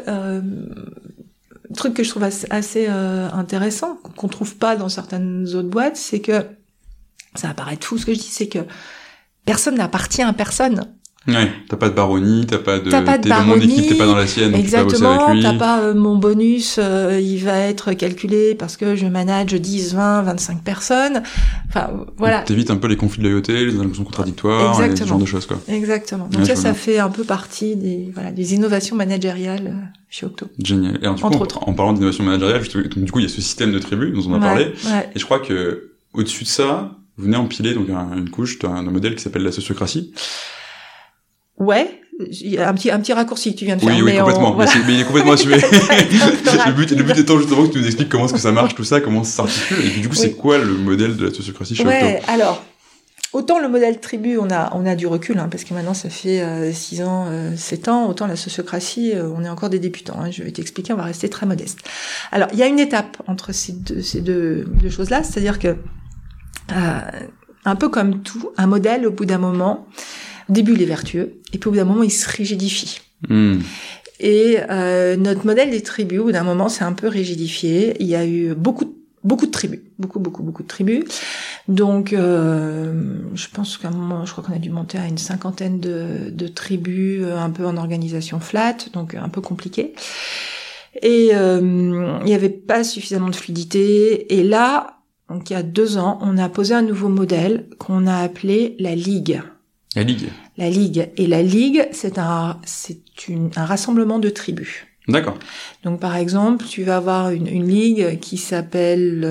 truc que je trouve assez intéressant, qu'on trouve pas dans certaines autres boîtes, c'est que, ça va paraître fou ce que je dis, c'est que personne n'appartient à personne. Ouais, t'as pas de baronnie, t'es dans mon équipe, t'es pas dans la sienne, exactement, donc tu vas bosser avec lui. T'as pas mon bonus, il va être calculé parce que je manage 10, 20, 25 personnes. Enfin, voilà. Donc, t'évites un peu les conflits de loyauté, les injonctions contradictoires, et ce genre de choses, quoi. Exactement. Donc ça fait un peu partie des innovations managériales chez Octo. Génial. Et alors, du coup, en parlant d'innovation managériale, du coup, il y a ce système de tribu dont on a parlé. Ouais. Et je crois que, au-dessus de ça, vous venez empiler, donc, une couche d'un modèle qui s'appelle la sociocratie. Ouais, Il y a un petit raccourci que tu viens de faire. Oui, complètement. Mais il est complètement assumé. le but étant justement que tu nous expliques comment est-ce que ça marche, tout ça, comment ça s'articule. Et puis du coup, c'est quoi le modèle de la sociocratie chez Octo? Alors, autant le modèle tribu, on a du recul, parce que maintenant ça fait 6 ans, 7 ans, autant la sociocratie, on est encore des débutants. Je vais t'expliquer, on va rester très modeste. Alors, il y a une étape entre ces deux choses-là, c'est-à-dire que, un peu comme tout, un modèle, au bout d'un moment, au début il est vertueux, et puis au bout d'un moment il se rigidifie. Et notre modèle des tribus, au bout d'un moment, c'est un peu rigidifié. Il y a eu beaucoup de tribus, beaucoup de tribus. Donc, je pense qu'à un moment, je crois qu'on a dû monter à une 50aine de tribus, un peu en organisation flat, donc un peu compliqué. Et il n'y avait pas suffisamment de fluidité. Et là, donc il y a 2 ans, on a posé un nouveau modèle qu'on a appelé la Ligue. La Ligue. Et la Ligue, c'est un rassemblement de tribus. D'accord. Donc par exemple, tu vas avoir une ligue qui s'appelle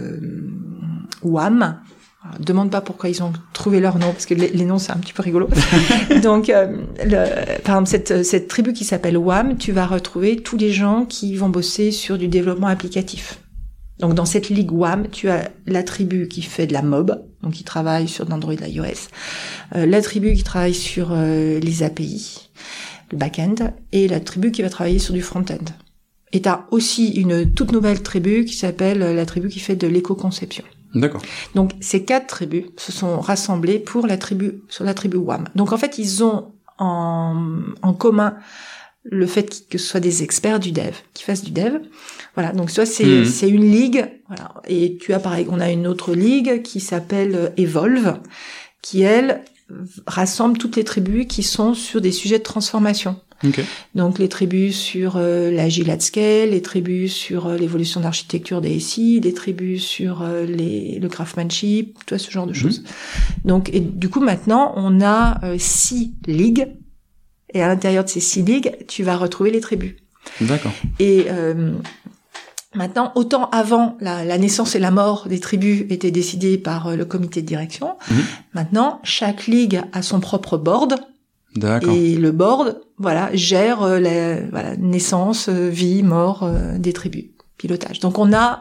WAM. Alors, demande pas pourquoi ils ont trouvé leur nom, parce que les noms c'est un petit peu rigolo. Donc par exemple cette tribu qui s'appelle WAM, tu vas retrouver tous les gens qui vont bosser sur du développement applicatif. Donc dans cette ligue WAM, tu as la tribu qui fait de la mob, donc qui travaille sur Android et iOS, la tribu qui travaille sur les API, le back-end, et la tribu qui va travailler sur du front-end. Et tu as aussi une toute nouvelle tribu qui s'appelle la tribu qui fait de l'éco-conception. D'accord. Donc ces 4 tribus se sont rassemblées sur la tribu WAM. Donc en fait, ils ont en commun le fait que ce soit des experts du dev, qui fassent du dev. Voilà, donc ça c'est une ligue, voilà. Et tu as pareil, on a une autre ligue qui s'appelle Evolve, qui elle rassemble toutes les tribus qui sont sur des sujets de transformation. Okay. Donc les tribus sur l'agile at scale, les tribus sur l'évolution d'architecture des SI, les tribus sur le craftsmanship, tout ce genre de choses. Donc et du coup maintenant on a 6 ligues. Et à l'intérieur de ces 6 ligues, tu vas retrouver les tribus. D'accord. Et maintenant, autant avant, la naissance et la mort des tribus étaient décidées par le comité de direction. Maintenant, chaque ligue a son propre board. D'accord. Et le board, gère la naissance, vie, mort des tribus, pilotage. Donc on a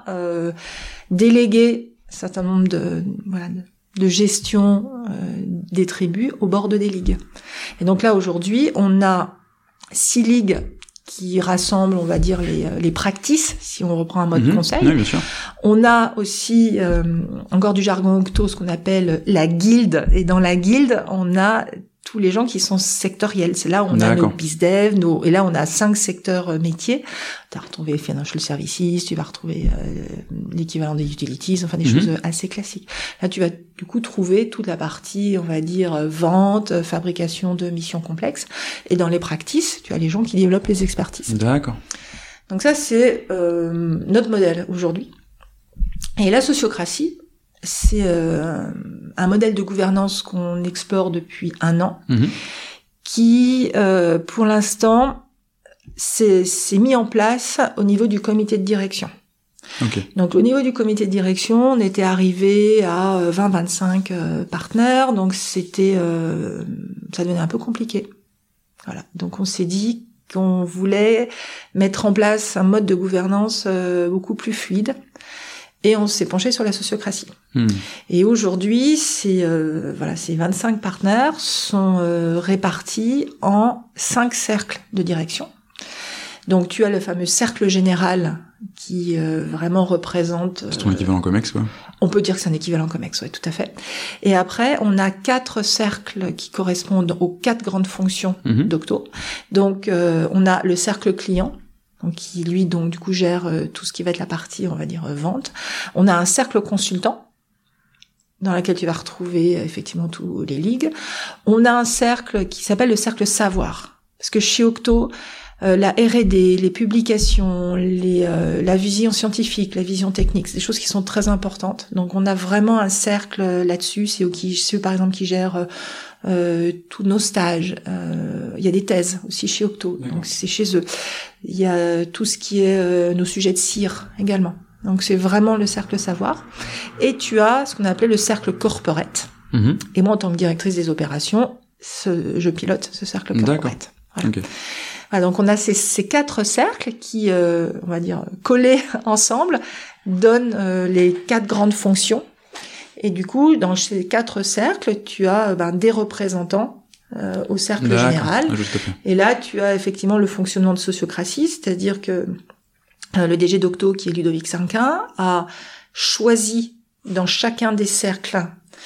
délégué un certain nombre de gestion des tribus au bord des ligues. Et donc là, aujourd'hui, on a 6 ligues qui rassemblent, on va dire, les practices, si on reprend un mode conseil. Oui, bien sûr. On a aussi, encore du jargon Octo, ce qu'on appelle la guilde. Et dans la guilde, on a tous les gens qui sont sectoriels. C'est là où on a nos BizDev, et là on a 5 secteurs métiers. Tu vas retrouver Financial Services, tu vas retrouver l'équivalent des Utilities, enfin des choses assez classiques. Là tu vas du coup trouver toute la partie, on va dire, vente, fabrication de missions complexes. Et dans les practices, tu as les gens qui développent les expertises. D'accord. Donc ça c'est notre modèle aujourd'hui. Et la sociocratie, c'est un modèle de gouvernance qu'on explore depuis 1 an, qui, pour l'instant, s'est mis en place au niveau du comité de direction. Okay. Donc, au niveau du comité de direction, on était arrivé à 20-25 partenaires, donc c'était, ça devenait un peu compliqué. Voilà. Donc, on s'est dit qu'on voulait mettre en place un mode de gouvernance beaucoup plus fluide. Et on s'est penché sur la sociocratie. Et aujourd'hui, ces 25 partenaires sont répartis en 5 cercles de direction. Donc tu as le fameux cercle général qui vraiment représente... c'est ton équivalent Comex, quoi. On peut dire que c'est un équivalent Comex, oui, tout à fait. Et après, on a 4 cercles qui correspondent aux 4 grandes fonctions d'Octo. Donc on a le cercle client, donc qui lui donc du coup gère tout ce qui va être la partie, on va dire, vente. On a un cercle consultant dans lequel tu vas retrouver effectivement tous les ligues. On a un cercle qui s'appelle le cercle savoir, parce que chez Octo, la R&D, les publications, la vision scientifique, la vision technique, c'est des choses qui sont très importantes. Donc on a vraiment un cercle là-dessus. C'est eux par exemple qui gèrent tous nos stages. Il y a des thèses aussi chez Octo, donc c'est chez eux. Il y a tout ce qui est nos sujets de CIR également. Donc c'est vraiment le cercle savoir. Et tu as ce qu'on appelait le cercle corporate. Et moi, en tant que directrice des opérations, je pilote ce cercle corporate. Voilà. Okay. Voilà, donc on a ces 4 cercles qui, on va dire, collés ensemble, donnent les 4 grandes fonctions. Et du coup, dans ces 4 cercles, tu as des représentants au cercle général. Et là, tu as effectivement le fonctionnement de sociocratie, c'est-à-dire que le DG d'Octo, qui est Ludovic Cinquin, a choisi dans chacun des cercles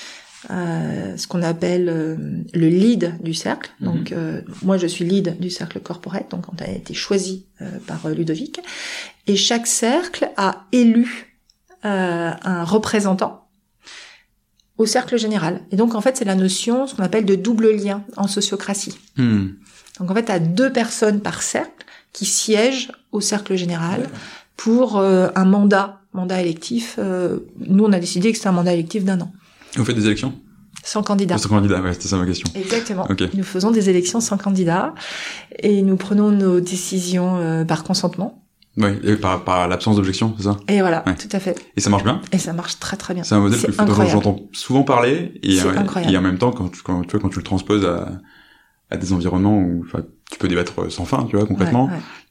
ce qu'on appelle le lead du cercle. Donc moi je suis lead du cercle corporate, donc on a été choisi par Ludovic, et chaque cercle a élu un représentant au cercle général. Et donc en fait c'est la notion, ce qu'on appelle de double lien en sociocratie. Donc en fait tu as 2 personnes par cercle qui siègent au cercle général pour un mandat électif. Nous on a décidé que c'était un mandat électif d'1 an. Vous faites des élections ? Sans candidat. Sans candidat, ouais, c'était ça ma question. Exactement. Okay. Nous faisons des élections sans candidat et nous prenons nos décisions par consentement. Oui, et par l'absence d'objection, c'est ça ? Et voilà, tout à fait. Et ça marche bien ? Et ça marche très très bien. C'est un modèle dont j'entends souvent parler et en même temps quand tu le transposes à des environnements où tu peux débattre sans fin, tu vois, concrètement.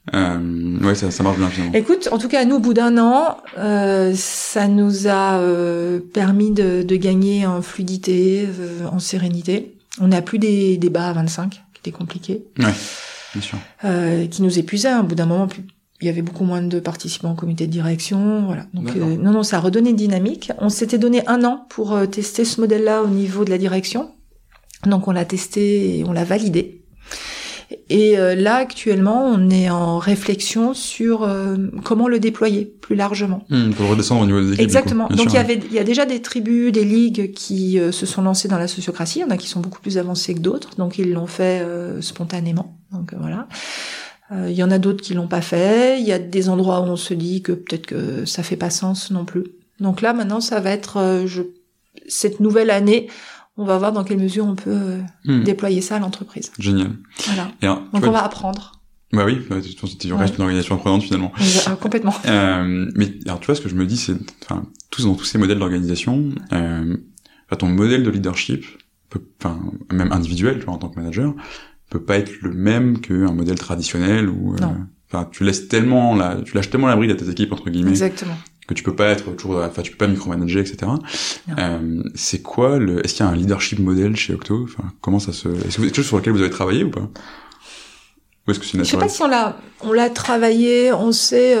Ça marche bien finalement. Écoute, en tout cas, nous, au bout d'1 an, ça nous a permis de gagner en fluidité, en sérénité. On n'a plus des débats à 25, qui étaient compliqués. Ouais, bien sûr. Qui nous épuisaient. Au bout d'un moment, il y avait beaucoup moins de participants au comité de direction, voilà. Donc non, ça a redonné une dynamique. On s'était donné 1 an pour tester ce modèle-là au niveau de la direction. Donc on l'a testé et on l'a validé. Et là, actuellement, on est en réflexion sur comment le déployer plus largement. Pour le redescendre au niveau des équipes. Exactement. Donc il y a déjà des tribus, des ligues qui se sont lancées dans la sociocratie. Il y en a qui sont beaucoup plus avancés que d'autres, donc ils l'ont fait spontanément. Donc voilà. Il y en a d'autres qui l'ont pas fait. Il y a des endroits où on se dit que peut-être que ça fait pas sens non plus. Donc là, maintenant, ça va être cette nouvelle année. On va voir dans quelle mesure on peut déployer ça à l'entreprise. Génial. Voilà. Donc on va apprendre. Bah oui, tu restes une organisation apprenante finalement. Complètement. Mais alors tu vois, ce que je me dis, c'est, dans tous ces modèles d'organisation, ton modèle de leadership, même individuel, tu vois, en tant que manager, peut pas être le même qu'un modèle traditionnel où, tu lâches tellement la bride à tes équipes entre guillemets. Exactement. Que tu peux pas être toujours, tu peux pas micromanager, etc. C'est quoi est-ce qu'il y a un leadership modèle chez Octo? Comment ça se, est-ce que c'est quelque chose sur lequel vous avez travaillé ou pas? Ou est-ce que c'est naturel? Je sais pas si on l'a travaillé, on sait,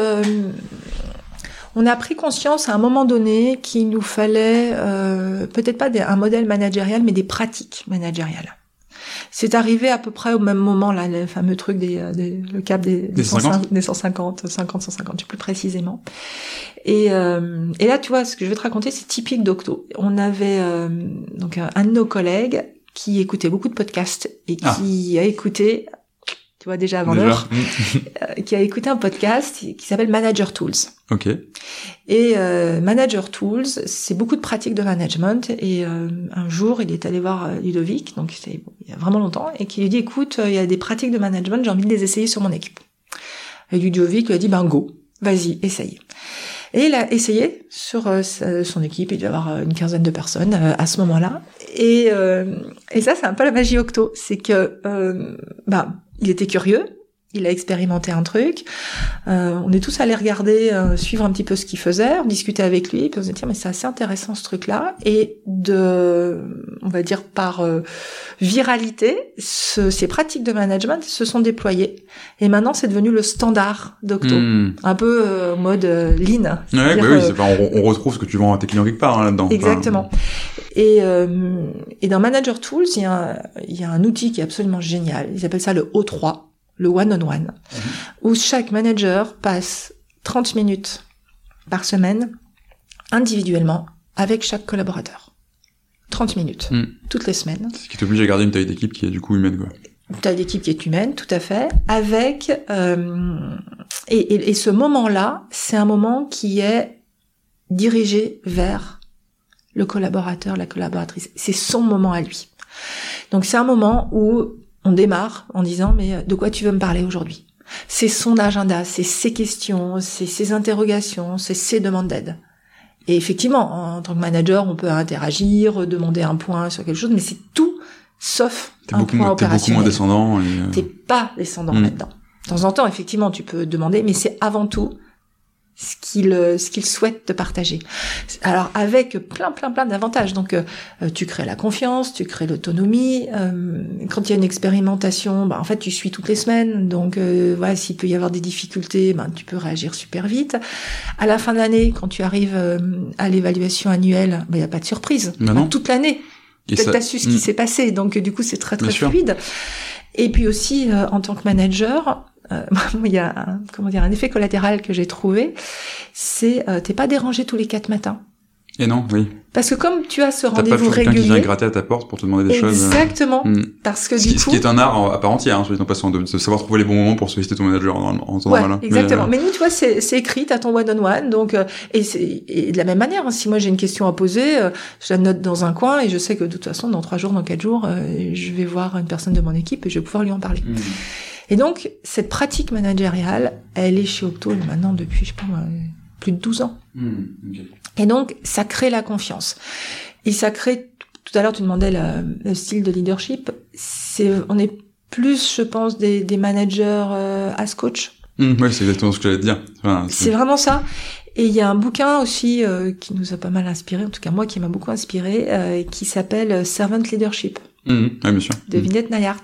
on a pris conscience à un moment donné qu'il nous fallait, peut-être pas un modèle managérial, mais des pratiques managériales. C'est arrivé à peu près au même moment, là, le fameux truc le cap des 150, 150, plus précisément. Et là, tu vois, ce que je vais te raconter, c'est typique d'Octo. On avait donc un de nos collègues qui écoutait beaucoup de podcasts et qui a écouté, tu vois, déjà avant l'heure, qui a écouté un podcast qui s'appelle Manager Tools. Ok. Et Manager Tools, c'est beaucoup de pratiques de management. Et un jour, il est allé voir Ludovic, donc c'était il y a vraiment longtemps, et qui lui dit, écoute, il y a des pratiques de management, j'ai envie de les essayer sur mon équipe. Et Ludovic lui a dit, go, vas-y, essaye. Et il a essayé sur son équipe, il devait y avoir une 15aine de personnes à ce moment-là. Et ça, c'est un peu la magie Octo, c'est que il était curieux, il a expérimenté un truc, on est tous allés regarder, suivre un petit peu ce qu'il faisait, on discutait avec lui, puis on s'est dit, mais c'est assez intéressant ce truc-là, et on va dire par viralité, ces pratiques de management se sont déployées, et maintenant c'est devenu le standard d'Octo, un peu en mode lean. Ouais, on retrouve ce que tu vends à tes clients quelque part là-dedans. Exactement. Et dans Manager Tools, il y a un outil qui est absolument génial, ils appellent ça le O3, le one-on-one, où chaque manager passe 30 minutes par semaine, individuellement, avec chaque collaborateur. 30 minutes, toutes les semaines. Ce qui t'oblige à garder une taille d'équipe qui est du coup humaine, quoi. Une taille d'équipe qui est humaine, tout à fait, avec... Et ce moment-là, c'est un moment qui est dirigé vers le collaborateur, la collaboratrice. C'est son moment à lui. Donc c'est un moment où on démarre en disant, mais de quoi tu veux me parler aujourd'hui? C'est son agenda, c'est ses questions, c'est ses interrogations, c'est ses demandes d'aide. Et effectivement, en tant que manager, on peut interagir, demander un point sur quelque chose, mais c'est tout sauf un point opérationnel. T'es beaucoup moins descendant. T'es pas descendant là-dedans. De temps en temps, effectivement, tu peux demander, mais c'est avant tout ce qu'il souhaite te partager. Alors avec plein d'avantages. Donc tu crées la confiance, tu crées l'autonomie. Quand il y a une expérimentation, en fait tu suis toutes les semaines. Donc voilà, s'il peut y avoir des difficultés, tu peux réagir super vite. À la fin de l'année, quand tu arrives à l'évaluation annuelle, il y a pas de surprise. Toute l'année, peut-être t'as su ce qui s'est passé. Donc du coup c'est très fluide. Et puis aussi en tant que manager, il y a un effet collatéral que j'ai trouvé, c'est t'es pas dérangé tous les 4 matins. Et non, oui. Parce que comme tu as ce rendez-vous régulier... T'as pas quelqu'un qui vient gratter à ta porte pour te demander des choses. Exactement. Parce que du coup... Ce qui est un art à part entière, en passant, de savoir trouver les bons moments pour solliciter ton manager en temps normal. Exactement. Mais nous, tu vois, c'est écrit, t'as ton one-on-one, donc, et de la même manière, si moi j'ai une question à poser, je la note dans un coin et je sais que de toute façon, dans 3 jours, dans 4 jours, je vais voir une personne de mon équipe et je vais pouvoir lui en parler. Et donc, cette pratique managériale, elle est chez Octo maintenant depuis, je sais pas moi, plus de 12 ans. Okay. Et donc, ça crée la confiance. Et ça crée, tout à l'heure tu demandais le style de leadership, on est plus, je pense, des managers as coach. Oui, c'est exactement ce que j'allais te dire. C'est vraiment ça. Et il y a un bouquin aussi qui nous a pas mal inspiré, en tout cas moi qui m'a beaucoup inspiré, qui s'appelle Servant Leadership. Oui, bien sûr. De Vinette Nayart.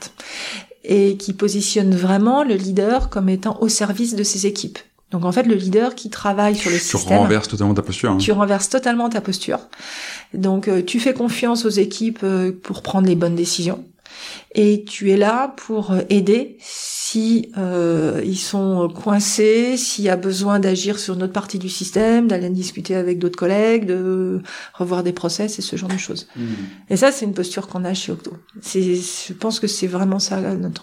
Et qui positionne vraiment le leader comme étant au service de ses équipes. Donc en fait, le leader qui travaille sur le système... Tu renverses totalement ta posture. Tu renverses totalement ta posture. Donc tu fais confiance aux équipes pour prendre les bonnes décisions. Et tu es là pour aider si ils sont coincés, s'il y a besoin d'agir sur une autre partie du système, d'aller discuter avec d'autres collègues, de revoir des process et ce genre de choses. Et ça, c'est une posture qu'on a chez Octo. Je pense que c'est vraiment ça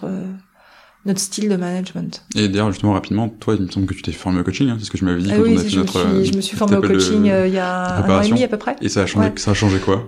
notre style de management. Et d'ailleurs, justement, rapidement, toi, il me semble que tu t'es formé au coaching, c'est ce que je m'avais dit quand on a fait je me suis formé au coaching il y a 1 an et demi à peu près. Et ça a changé quoi?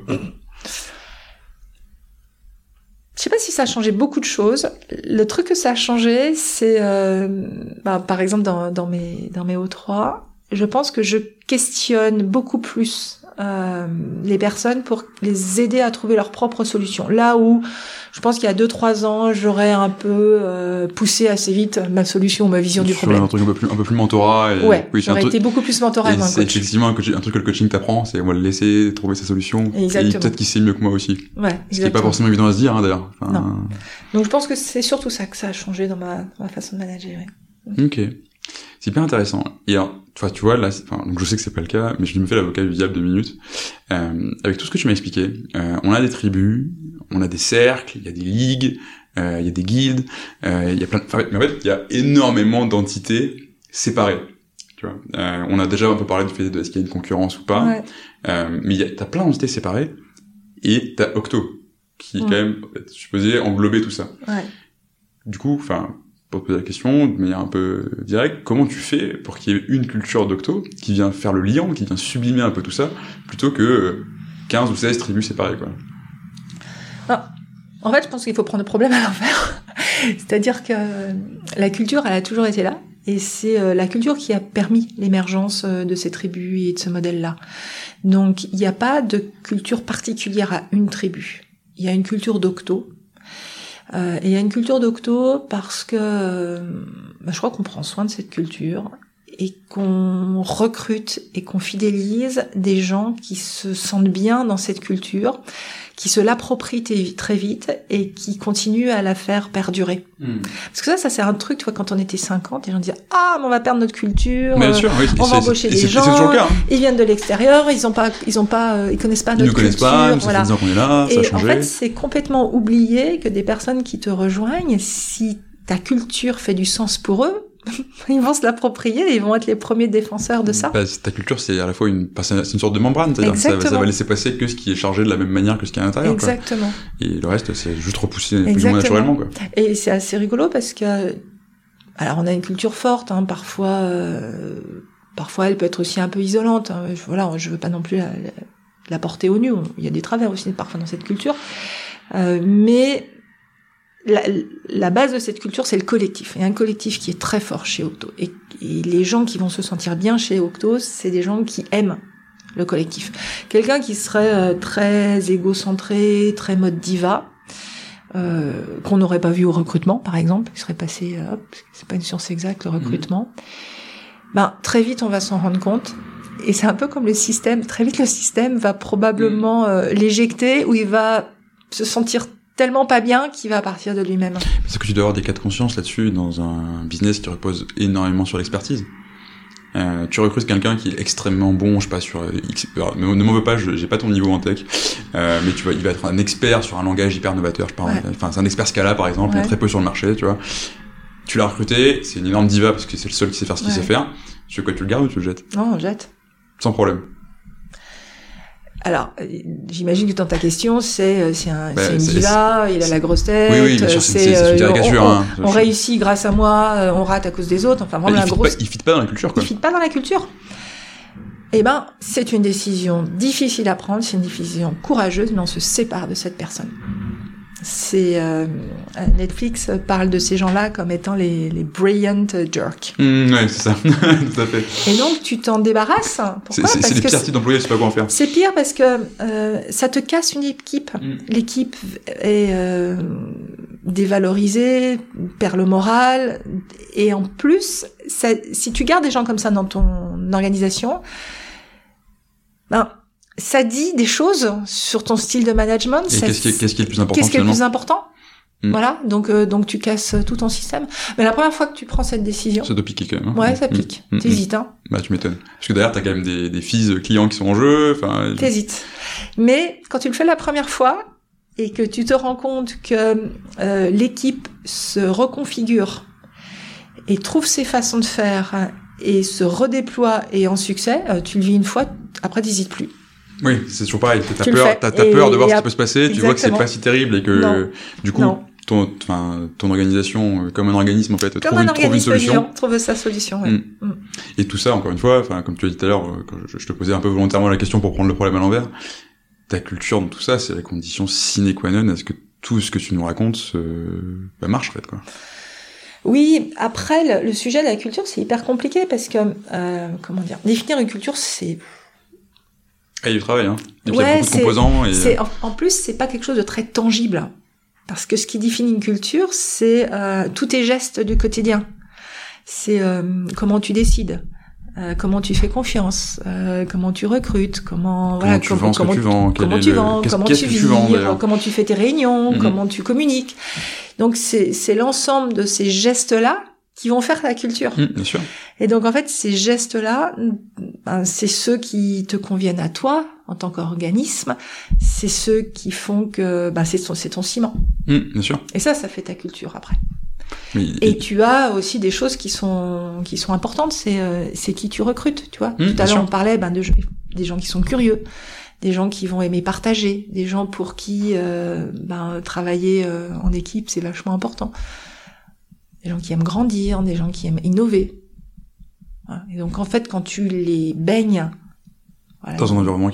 Je sais pas si ça a changé beaucoup de choses. Le truc que ça a changé, c'est, par exemple, dans mes O3, je pense que je questionne beaucoup plus les personnes pour les aider à trouver leurs propres solutions. Là où je pense qu'il y a 2-3 ans, j'aurais un peu poussé assez vite ma solution, ma vision du problème. Un truc un peu plus mentorat. J'aurais été beaucoup plus mentorat que c'est effectivement un truc que le coaching t'apprend, c'est on va le laisser trouver sa solution. Exactement. Et peut-être qu'il sait mieux que moi aussi. Ouais, ce qui est pas forcément évident à se dire, d'ailleurs. Non. Donc je pense que c'est surtout ça que ça a changé dans ma façon de manager. Ok. C'est hyper intéressant. Et alors, tu vois, là, donc je sais que c'est pas le cas, mais je me fais l'avocat du diable 2 minutes. Avec tout ce que tu m'as expliqué, on a des tribus, on a des cercles, il y a des ligues, il y a des guildes, il y a mais en fait, il y a énormément d'entités séparées. Tu vois, on a déjà un peu parlé du fait de est-ce qu'il y a une concurrence ou pas. Mais t'as plein d'entités séparées, et t'as Octo, qui quand même, supposé englober tout ça. Du coup, pour te poser la question de manière un peu directe, comment tu fais pour qu'il y ait une culture d'Octo qui vient faire le lien, qui vient sublimer un peu tout ça, plutôt que 15 ou 16 tribus séparées, quoi. En fait, je pense qu'il faut prendre le problème à l'envers. C'est-à-dire que la culture, elle a toujours été là, et c'est la culture qui a permis l'émergence de ces tribus et de ce modèle-là. Donc, il n'y a pas de culture particulière à une tribu. Il y a une culture d'Octo. Et il y a une culture d'Octo parce que je crois qu'on prend soin de cette culture et qu'on recrute et qu'on fidélise des gens qui se sentent bien dans cette culture, qui se l'approprient très vite et qui continuent à la faire perdurer. Parce que ça c'est un truc, tu vois, quand on était 50, les gens disaient « Ah, mais on va perdre notre culture, bien sûr, oui, on va embaucher des gens, c'est toujours le cas, ils viennent de l'extérieur, ils connaissent pas notre culture. Voilà. Ça fait 10 ans qu'on est là, ça a changé. En fait, c'est complètement oublié que des personnes qui te rejoignent, si ta culture fait du sens pour eux, ils vont se l'approprier et ils vont être les premiers défenseurs de ça. Ta culture, c'est à la fois c'est une sorte de membrane, c'est-à-dire que ça va laisser passer que ce qui est chargé de la même manière que ce qui est à l'intérieur. Exactement. Quoi. Et le reste, c'est juste repousser plus ou moins naturellement, quoi. Et c'est assez rigolo parce que, alors on a une culture forte, parfois elle peut être aussi un peu isolante. Je veux pas non plus la porter au nu. Il y a des travers aussi parfois dans cette culture, mais la base de cette culture, c'est le collectif. Il y a un collectif qui est très fort chez Octo. Et les gens qui vont se sentir bien chez Octo, c'est des gens qui aiment le collectif. Quelqu'un qui serait très égocentré, très mode diva, qu'on n'aurait pas vu au recrutement, par exemple. Il serait passé, c'est pas une science exacte, le recrutement. Très vite, on va s'en rendre compte. Et c'est un peu comme le système. Très vite, le système va probablement l'éjecter, ou il va se sentir tellement pas bien qu'il va partir de lui-même. Parce que tu dois avoir des cas de conscience là-dessus dans un business qui repose énormément sur l'expertise. Tu recrutes quelqu'un qui est extrêmement bon, je sais pas, sur X. Alors, ne m'en veux pas, j'ai pas ton niveau en tech, mais tu vois, il va être un expert sur un langage hyper novateur. Je sais pas, enfin, c'est un expert Scala par exemple, il y a très peu sur le marché, tu vois. Tu l'as recruté, c'est une énorme diva parce que c'est le seul qui sait faire ce qu'il sait faire. Tu veux quoi, tu le gardes ou tu le jettes? Non, on jette. Sans problème. Alors, j'imagine que dans ta question, c'est une diva, il a la grosse tête. Oui, bien sûr, c'est une caricature. On réussit grâce à moi, on rate à cause des autres. Enfin, vraiment, il fit pas dans la culture, quoi. Il fit pas dans la culture. C'est une décision difficile à prendre, c'est une décision courageuse, mais on se sépare de cette personne. Netflix parle de ces gens-là comme étant les brilliant jerks. Ouais, c'est ça. Tout à fait. Et donc, tu t'en débarrasses. Pourquoi? C'est les pires types d'employés, je sais pas quoi en faire. C'est pire parce que ça te casse une équipe. L'équipe est dévalorisée, perd le moral. Et en plus, si tu gardes des gens comme ça dans ton organisation, ça dit des choses sur ton style de management. Et qu'est-ce qui est le plus important? Qu'est-ce qui est le plus important? Voilà, donc tu casses tout ton système. Mais la première fois que tu prends cette décision, ça doit piquer quand même. Hein. Ouais, ça pique. T'hésites, hein. Tu m'étonnes. Parce que derrière, t'as quand même des fees clients qui sont en jeu. Enfin. T'hésites. Mais quand tu le fais la première fois et que tu te rends compte que l'équipe se reconfigure et trouve ses façons de faire et se redéploie et en succès, tu le vis une fois. Après, t'hésites plus. Oui, c'est toujours pareil. T'as peur de voir ce qui peut se passer. Tu vois que c'est pas si terrible et que du coup, ton organisation, comme un organisme en fait, trouve une solution. Trouve sa solution. Ouais. Et tout ça, encore une fois, enfin comme tu as dit tout à l'heure, quand je te posais un peu volontairement la question pour prendre le problème à l'envers, ta culture dans tout ça, c'est la condition sine qua non. Est-ce que tout ce que tu nous racontes marche en fait, quoi? Oui, après le sujet de la culture, c'est hyper compliqué parce que définir une culture, c'est il y a du travail, hein. Et puis il y a beaucoup de composants. En plus, c'est pas quelque chose de très tangible. Parce que ce qui définit une culture, c'est tous tes gestes du quotidien. C'est comment tu décides, comment tu fais confiance, comment tu recrutes, comment tu vends, comment tu vis, comment tu fais tes réunions, comment tu communiques. Donc c'est l'ensemble de ces gestes-là qui vont faire ta culture. Bien sûr. Et donc en fait, ces gestes-là, c'est ceux qui te conviennent à toi en tant qu'organisme, c'est ceux qui font que c'est ton ciment. Bien sûr. Et ça fait ta culture après. Et tu as aussi des choses qui sont importantes, c'est qui tu recrutes, tu vois. Tout à l'heure on parlait des gens qui sont curieux, des gens qui vont aimer partager, des gens pour qui travailler en équipe c'est vachement important. Des gens qui aiment grandir, des gens qui aiment innover. Voilà. Et donc en fait, quand tu les baignes dans un environnement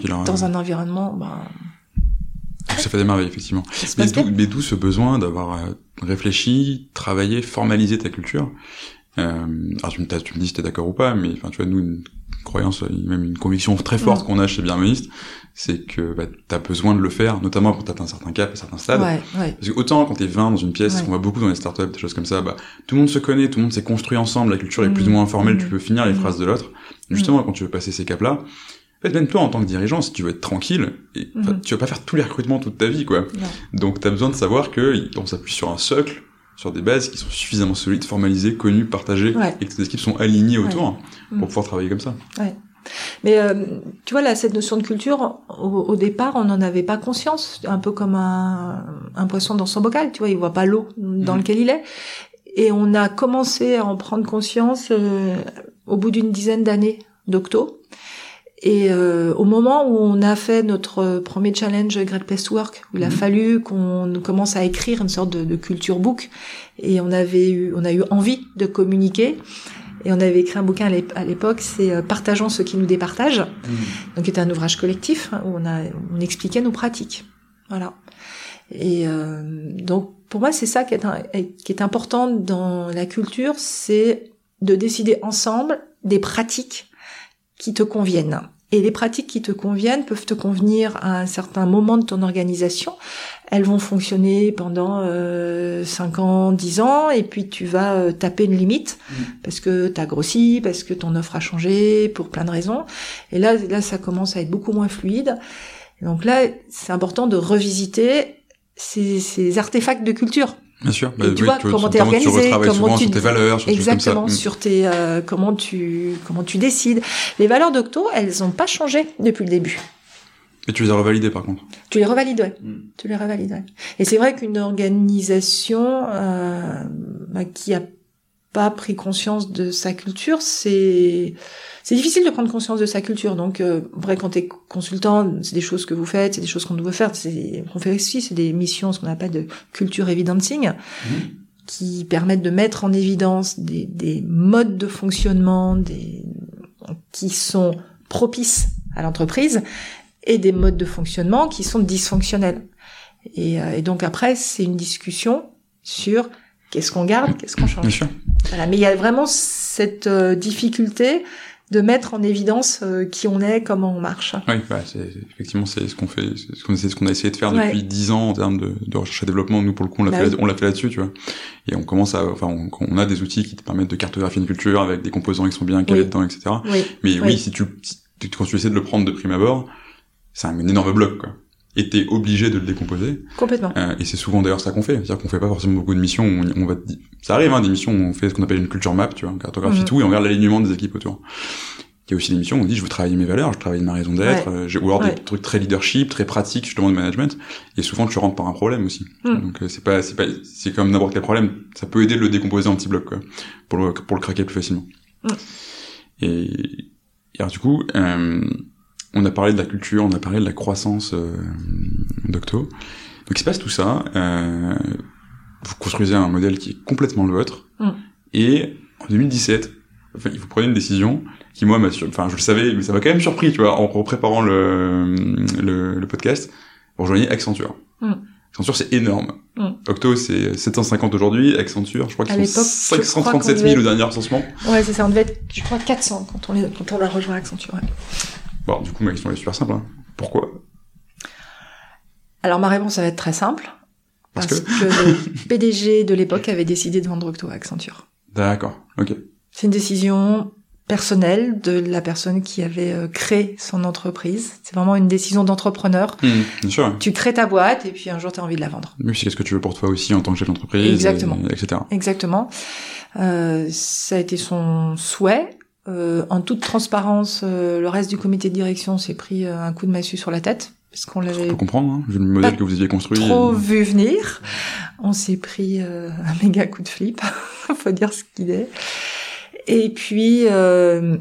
ça fait des merveilles, effectivement. Mais d'où ce besoin d'avoir réfléchi, travaillé, formalisé ta culture. Alors tu me dis si t'es d'accord ou pas, mais enfin tu vois, nous une croyance, même une conviction très forte qu'on a chez Bienveniste, c'est que t'as besoin de le faire, notamment quand t'as un certain cap, un certain stade. Ouais. Parce que autant quand t'es 20 dans une pièce, on voit beaucoup dans les startups, des choses comme ça, tout le monde se connaît, tout le monde s'est construit ensemble, la culture est plus ou moins informelle, tu peux finir les phrases de l'autre. Justement, quand tu veux passer ces caps-là, en fait, même toi, en tant que dirigeant, si tu veux être tranquille, tu vas pas faire tous les recrutements toute ta vie, quoi. Non. Donc t'as besoin de savoir que on s'appuie sur un socle, sur des bases qui sont suffisamment solides, formalisées, connues, partagées, et que tes équipes sont alignées autour pour pouvoir travailler comme ça. Ouais. Mais tu vois là, cette notion de culture, au départ, on n'en avait pas conscience, un peu comme un poisson dans son bocal, tu vois, il voit pas l'eau dans lequel il est. Et on a commencé à en prendre conscience au bout d'une dizaine d'années d'Octo. Et au moment où on a fait notre premier challenge Great Place to Work, où il a fallu qu'on commence à écrire une sorte de culture book, et on a eu envie de communiquer, et on avait écrit un bouquin à l'époque, c'est Partageons ce qui nous départage, donc qui était un ouvrage collectif où on expliquait nos pratiques, voilà. Et donc pour moi c'est ça qui est important dans la culture, c'est de décider ensemble des pratiques qui te conviennent. Et les pratiques qui te conviennent peuvent te convenir à un certain moment de ton organisation. Elles vont fonctionner pendant 5 ans, 10 ans, et puis tu vas taper une limite parce que t'as grossi, parce que ton offre a changé, pour plein de raisons. Et là, ça commence à être beaucoup moins fluide. Et donc là, c'est important de revisiter ces artefacts de culture. Bien sûr. Et tu vois comment t'es organisé, comment tu sur tes valeurs, sur exactement, comme ça. sur tes comment tu décides. Les valeurs d'Octo, elles ont pas changé depuis le début. Et tu les as revalidées par contre. Tu les revalides, ouais. Tu les revalides, ouais. Et c'est vrai qu'une organisation qui a pas pris conscience de sa culture, c'est difficile de prendre conscience de sa culture. Donc, vrai, quand t'es consultant, c'est des choses que vous faites, c'est des choses qu'on doit faire. On fait aussi, c'est des missions, ce qu'on appelle de culture evidencing, qui permettent de mettre en évidence des modes de fonctionnement, qui sont propices à l'entreprise, et des modes de fonctionnement qui sont dysfonctionnels. Et donc après, c'est une discussion sur qu'est-ce qu'on garde, qu'est-ce qu'on change. Bien sûr. Voilà, mais il y a vraiment cette difficulté de mettre en évidence qui on est, comment on marche. Oui, effectivement, c'est ce qu'on fait, c'est ce qu'on a essayé de faire depuis 10 ans en termes de recherche et développement. Nous, pour le coup, on l'a fait là-dessus, tu vois. Et on commence on a des outils qui te permettent de cartographier une culture avec des composants qui sont bien calés dedans, etc. Oui. Mais oui, quand tu essaies de le prendre de prime abord, c'est un énorme bloc, quoi. Et t'es obligé de le décomposer. Complètement. Et c'est souvent d'ailleurs ça qu'on fait. C'est-à-dire qu'on fait pas forcément beaucoup de missions où on va ça arrive, des missions où on fait ce qu'on appelle une culture map, tu vois, on cartographie tout et on regarde l'alignement des équipes autour. Il y a aussi des missions où on dit je veux travailler mes valeurs, je veux travailler ma raison d'être, ou alors des trucs très leadership, très pratiques, justement de management. Et souvent tu rentres par un problème aussi. Donc c'est comme n'importe quel problème. Ça peut aider de le décomposer en petits blocs, quoi, pour le craquer plus facilement. Et alors du coup, on a parlé de la culture, on a parlé de la croissance d'Octo. Donc il se passe tout ça. Vous construisez un modèle qui est complètement le vôtre. Et en 2017, vous prenez une décision qui, moi, je le savais, mais ça m'a quand même surpris, tu vois, en préparant le podcast. Vous rejoignez Accenture. Accenture, c'est énorme. Octo, c'est 750 aujourd'hui. Accenture, je crois qu'ils sont 537 000 au dernier recensement. Ouais, c'est ça. On devait être, je crois, 400 quand on a rejoint Accenture. Ouais. Bon, du coup, ma question est super simple. Pourquoi ? Alors, ma réponse, ça va être très simple. Parce que le PDG de l'époque avait décidé de vendre Octo à Accenture. D'accord, ok. C'est une décision personnelle de la personne qui avait créé son entreprise. C'est vraiment une décision d'entrepreneur. Bien sûr. Tu crées ta boîte et puis un jour, tu as envie de la vendre. Mais c'est qu'est-ce que tu veux pour toi aussi en tant que chef d'entreprise. Exactement. Etc. Exactement. Ça a été son souhait. En toute transparence, le reste du comité de direction s'est pris un coup de massue sur la tête. Parce qu'on l'avait. Je peux comprendre, vu le modèle que vous aviez construit. Trop vu venir. On s'est pris un méga coup de flip. Faut dire ce qu'il est. Et puis on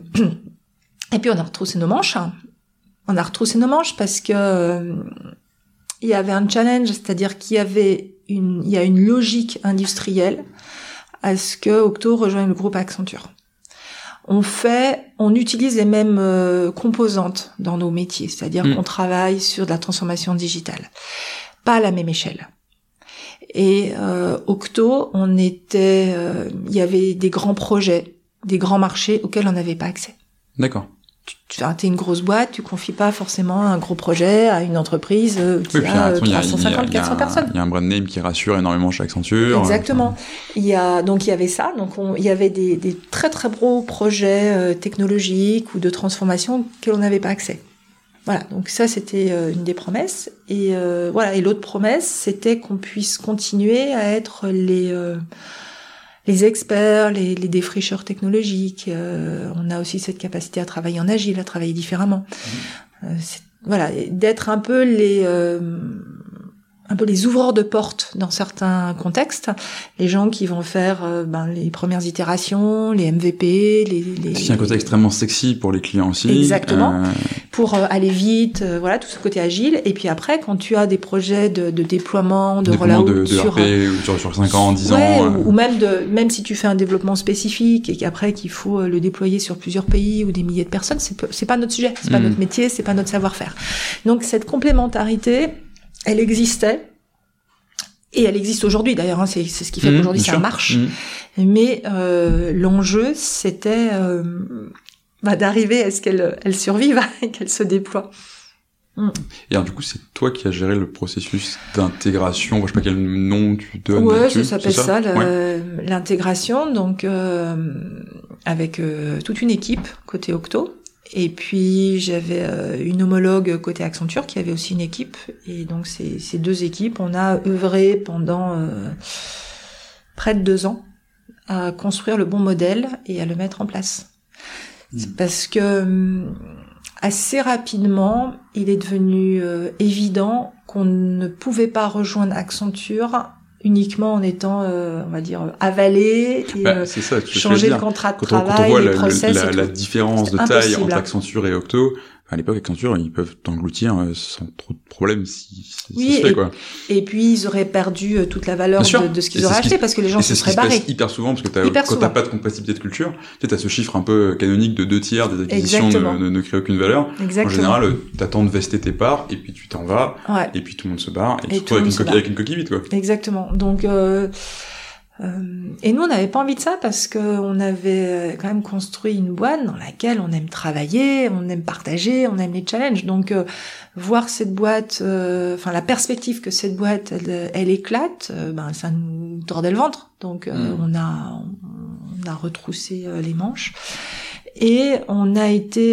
a retroussé nos manches. On a retroussé nos manches parce que il y avait un challenge, c'est-à-dire qu'il y a une logique industrielle à ce que Octo rejoigne le groupe Accenture. On utilise les mêmes composantes dans nos métiers, c'est-à-dire qu'on travaille sur de la transformation digitale, pas à la même échelle. Et Octo, il y avait des grands projets, des grands marchés auxquels on n'avait pas accès. D'accord. T'es une grosse boîte, tu confies pas forcément un gros projet à une entreprise qui a 350, 400 personnes. Il y a un brand name qui rassure énormément chez Accenture. Exactement. Il y avait ça. Donc, il y avait des très très gros projets technologiques ou de transformation auxquels on n'avait pas accès. Voilà. Donc ça, c'était une des promesses. Et voilà. Et l'autre promesse, c'était qu'on puisse continuer à être les experts, les défricheurs technologiques. On a aussi cette capacité à travailler en agile, à travailler différemment. Voilà, d'être un peu les ouvreurs de portes dans certains contextes, les gens qui vont faire les premières itérations, les MVP, c'est un côté extrêmement sexy pour les clients aussi. Exactement. Pour aller vite, voilà, tout ce côté agile. Et puis après, quand tu as des projets de déploiement, de rollout sur RP, sur 5 ans, 10 ans. Ou même si tu fais un développement spécifique et qu'après qu'il faut le déployer sur plusieurs pays ou des milliers de personnes, c'est pas notre sujet, c'est pas notre métier, c'est pas notre savoir-faire. Donc cette complémentarité, elle existait. Et elle existe aujourd'hui d'ailleurs, c'est ce qui fait qu'aujourd'hui ça marche. Mais l'enjeu, c'était d'arriver à ce qu'elle survive et qu'elle se déploie. Et alors, du coup, c'est toi qui as géré le processus d'intégration. Je sais pas quel nom tu donnes. Ouais, ça s'appelle ça, l'intégration. Donc, avec toute une équipe côté Octo. Et puis, j'avais une homologue côté Accenture qui avait aussi une équipe. Et donc, ces deux équipes, on a œuvré pendant près de 2 ans à construire le bon modèle et à le mettre en place. Parce que assez rapidement, il est devenu évident qu'on ne pouvait pas rejoindre Accenture uniquement en étant, on va dire, avalé et c'est ça, changer le contrat de travail, quand on voit les process la différence de taille entre Accenture et Octo, à l'époque, Accenture, ils peuvent t'engloutir sans trop de problèmes si ça se fait, quoi. Et puis, ils auraient perdu toute la valeur de ce qu'ils auraient acheté parce que les gens se seraient barrés. C'est ce qui se passe hyper souvent parce que quand t'as pas de compatibilité de culture, tu sais, t'as ce chiffre un peu canonique de 2/3 des acquisitions ne créent aucune valeur. Exactement. En général, t'attends de vester tes parts et puis tu t'en vas. Ouais. Et puis tout le monde se barre et tu te retrouves avec une coquille vide, quoi. Exactement. Donc, et nous, on n'avait pas envie de ça parce que on avait quand même construit une boîte dans laquelle on aime travailler, on aime partager, on aime les challenges. Donc, voir cette boîte, la perspective que cette boîte, elle éclate, ça nous tordait le ventre. Donc, on a retroussé les manches. Et on a été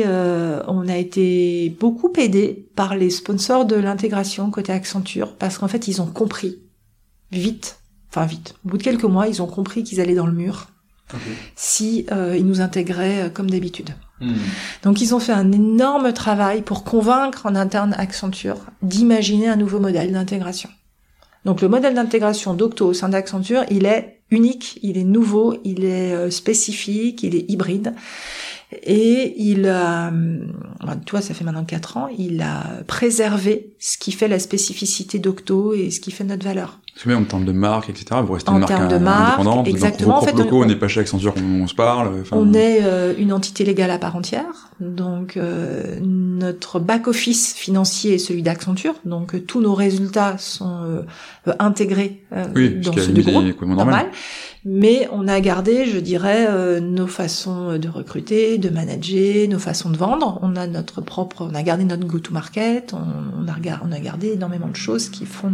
beaucoup aidés par les sponsors de l'intégration côté Accenture parce qu'en fait, ils ont compris vite. Au bout de quelques mois, ils ont compris qu'ils allaient dans le mur si ils nous intégraient comme d'habitude. Donc ils ont fait un énorme travail pour convaincre en interne Accenture d'imaginer un nouveau modèle d'intégration. Donc le modèle d'intégration d'Octo au sein d'Accenture, il est unique, il est nouveau, il est spécifique, il est hybride. Et tu vois, ça fait maintenant 4 ans, il a préservé ce qui fait la spécificité d'Octo et ce qui fait notre valeur. C'est bien en termes de marque, etc. Vous restez une marque indépendante. Exactement. Dans vos propres locaux, on n'est pas chez Accenture, on se parle. On est une entité légale à part entière. Donc, notre back-office financier est celui d'Accenture. Donc, tous nos résultats sont intégrés dans ceux du groupe, normal. Mais on a gardé, je dirais, nos façons de recruter, de manager, nos façons de vendre. On a gardé notre go-to-market. On a gardé énormément de choses qui font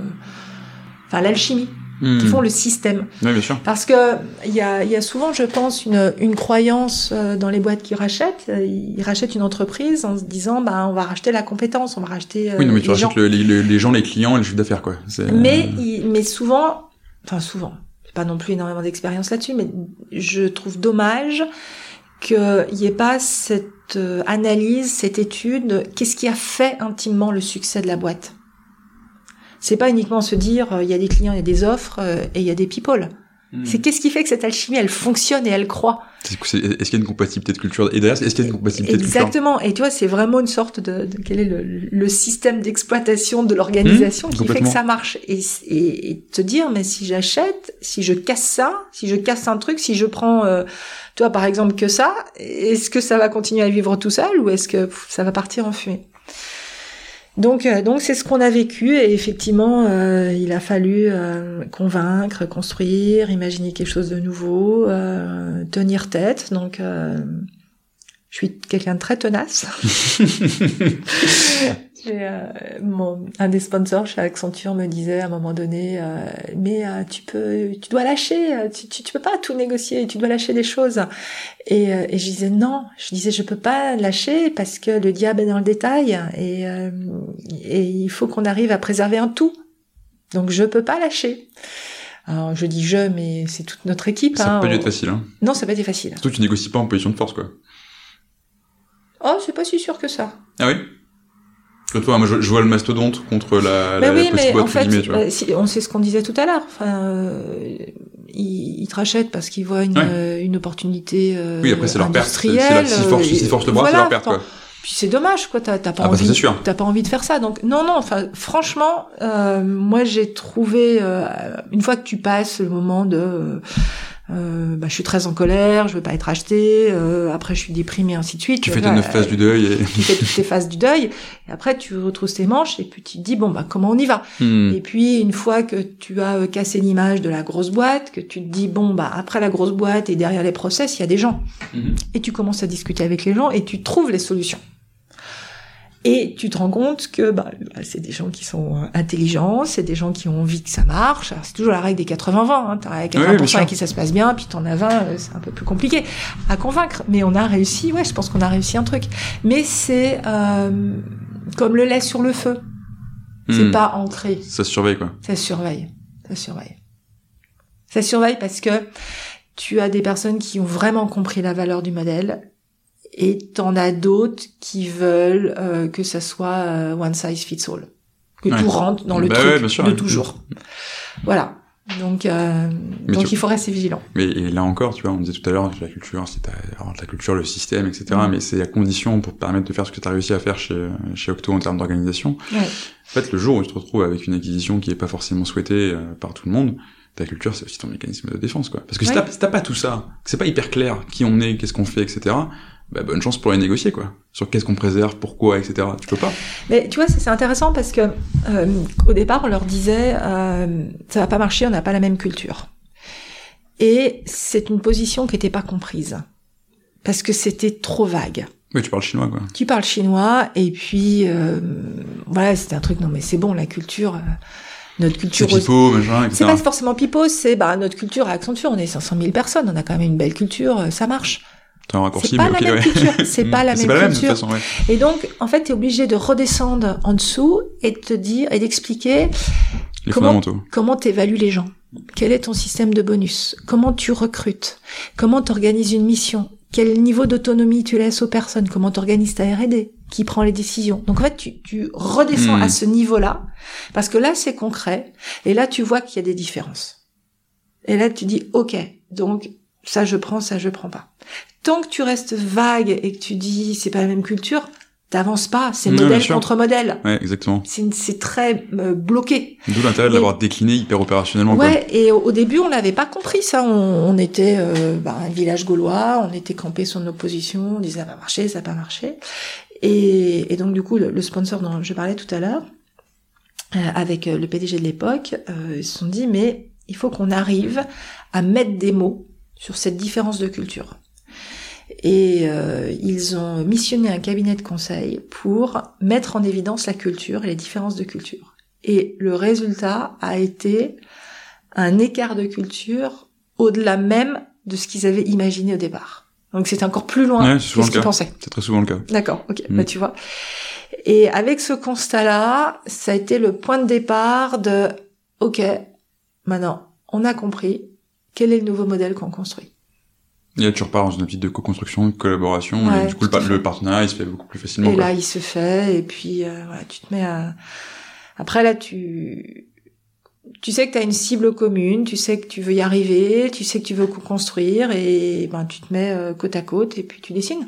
l'alchimie, qui font le système. Oui, bien sûr. Parce que il y a souvent, je pense, une croyance dans les boîtes qui rachètent. Ils rachètent une entreprise en se disant, on va racheter la compétence, on va racheter oui, non, mais tu rachètes les gens, les clients et le chiffre d'affaires, quoi. Mais souvent, j'ai pas non plus énormément d'expérience là-dessus, mais je trouve dommage qu'il y ait pas cette analyse, cette étude. Qu'est-ce qui a fait intimement le succès de la boîte? C'est pas uniquement se dire il y a des clients, il y a des offres et il y a des people. C'est qu'est-ce qui fait que cette alchimie elle fonctionne et elle croît. Est-ce qu'il y a une compatibilité de culture et derrière est-ce qu'il y a une compatibilité de culture? Exactement. Et tu vois, c'est vraiment une sorte de quel est le système d'exploitation de l'organisation qui fait que ça marche et te dire mais si j'achète, si je casse un truc, si je prends toi par exemple que ça, est-ce que ça va continuer à vivre tout seul ou est-ce que ça va partir en fumée? Donc c'est ce qu'on a vécu et effectivement il a fallu convaincre, construire, imaginer quelque chose de nouveau, tenir tête. Donc je suis quelqu'un de très tenace. Un des sponsors chez Accenture me disait à un moment donné mais tu dois lâcher, tu peux pas tout négocier, tu dois lâcher des choses. Et je disais non, je peux pas lâcher parce que le diable est dans le détail et il faut qu'on arrive à préserver un tout. Donc je peux pas lâcher. Alors je dis mais c'est toute notre équipe. Ça peut pas être facile. Hein. Non, ça n'a pas été facile. Surtout que tu négocies pas en position de force, quoi. Oh, c'est pas si sûr que ça. Ah oui? Toi, moi, je vois le mastodonte contre la petite boîte, en fait, guillemets, tu vois. On sait ce qu'on disait tout à l'heure. Ils te rachètent parce qu'ils voient une opportunité oui, après, c'est leur perte. Industrielle. S'ils forcent le bras, c'est leur perte, quoi. Puis c'est dommage, quoi. T'as pas envie de faire ça. Donc, non, franchement, moi, j'ai trouvé, une fois que tu passes le moment je suis très en colère, je veux pas être acheté, après je suis déprimée, ainsi de suite. Tu fais tes 9 phases du deuil. Tu fais toutes tes phases du deuil, et après tu retrousses tes manches, et puis tu te dis, comment on y va? Et puis, une fois que tu as cassé l'image de la grosse boîte, que tu te dis, après la grosse boîte et derrière les process, il y a des gens. Et tu commences à discuter avec les gens, et tu trouves les solutions. Et tu te rends compte que c'est des gens qui sont intelligents, c'est des gens qui ont envie que ça marche. Alors, c'est toujours la règle des 80-20. Hein. T'as 80% avec qui ça se passe bien, puis t'en as 20, c'est un peu plus compliqué à convaincre. Mais on a réussi, je pense qu'on a réussi un truc. Mais c'est comme le lait sur le feu. C'est pas ancré. Ça se surveille, quoi. Ça se surveille. Ça se surveille parce que tu as des personnes qui ont vraiment compris la valeur du modèle. Et t'en as d'autres qui veulent que ça soit one size fits all, que tout rentre dans le truc de toujours. Voilà. Donc il faut rester vigilant. Mais et là encore, tu vois, on disait tout à l'heure que la culture, c'est la culture, le système, etc. Mais c'est la condition pour te permettre de faire ce que tu as réussi à faire chez Octo en termes d'organisation. Ouais. En fait, le jour où tu te retrouves avec une acquisition qui est pas forcément souhaitée par tout le monde, ta culture, c'est aussi ton mécanisme de défense, quoi. Parce que si t'as pas tout ça, que c'est pas hyper clair qui on est, qu'est-ce qu'on fait, etc. Bonne chance pour les négocier, quoi. Sur qu'est-ce qu'on préserve, pourquoi, etc. Tu peux pas. Mais tu vois, c'est intéressant parce que au départ, on leur disait ça va pas marcher, on n'a pas la même culture. Et c'est une position qui était pas comprise parce que c'était trop vague. Oui, tu parles chinois, quoi. Tu parles chinois et puis c'était un truc. Non, mais c'est bon, la culture. Notre culture. C'est pipeau, machin, etc. C'est pas forcément pipeau, c'est notre culture à Accenture. On est 500 000 personnes, on a quand même une belle culture, ça marche. T'as un raccourci, c'est pas la même culture. C'est pas la même culture. De toute façon, ouais. Et donc, en fait, t'es obligé de redescendre en dessous et de te dire et d'expliquer comment t'évalues les gens. Quel est ton système de bonus? Comment tu recrutes? Comment t'organises une mission? Quel niveau d'autonomie tu laisses aux personnes? Comment t'organises ta R&D? Qui prend les décisions? Donc en fait, tu redescends à ce niveau-là parce que là, c'est concret et là, tu vois qu'il y a des différences. Et là, tu dis, ok, donc ça je prends pas. Tant que tu restes vague et que tu dis c'est pas la même culture, t'avances pas, c'est modèle contre modèle. Ouais, exactement. C'est très bloqué. D'où l'intérêt de l'avoir décliné hyper opérationnellement. Ouais, quoi. Et au début on l'avait pas compris ça. On était un village gaulois, on était campé sur nos positions, on disait ça va marcher, ça va pas marcher. Et donc du coup le sponsor dont je parlais tout à l'heure, avec le PDG de l'époque, ils se sont dit mais il faut qu'on arrive à mettre des mots sur cette différence de culture. Et ils ont missionné un cabinet de conseil pour mettre en évidence la culture et les différences de culture. Et le résultat a été un écart de culture au-delà même de ce qu'ils avaient imaginé au départ. Donc c'était encore plus loin que ce qu'ils pensaient. C'est très souvent le cas. D'accord, ok, tu vois. Et avec ce constat-là, ça a été le point de départ de « Ok, maintenant, on a compris quel est le nouveau modèle qu'on construit. » Et là, tu repars dans une optique de co-construction, de collaboration, et du coup, le partenariat, il se fait beaucoup plus facilement. Et là, il se fait, et puis, tu te mets à... Après, là, tu sais que tu as une cible commune, tu sais que tu veux y arriver, tu sais que tu veux co-construire, et tu te mets côte à côte, et puis tu dessines.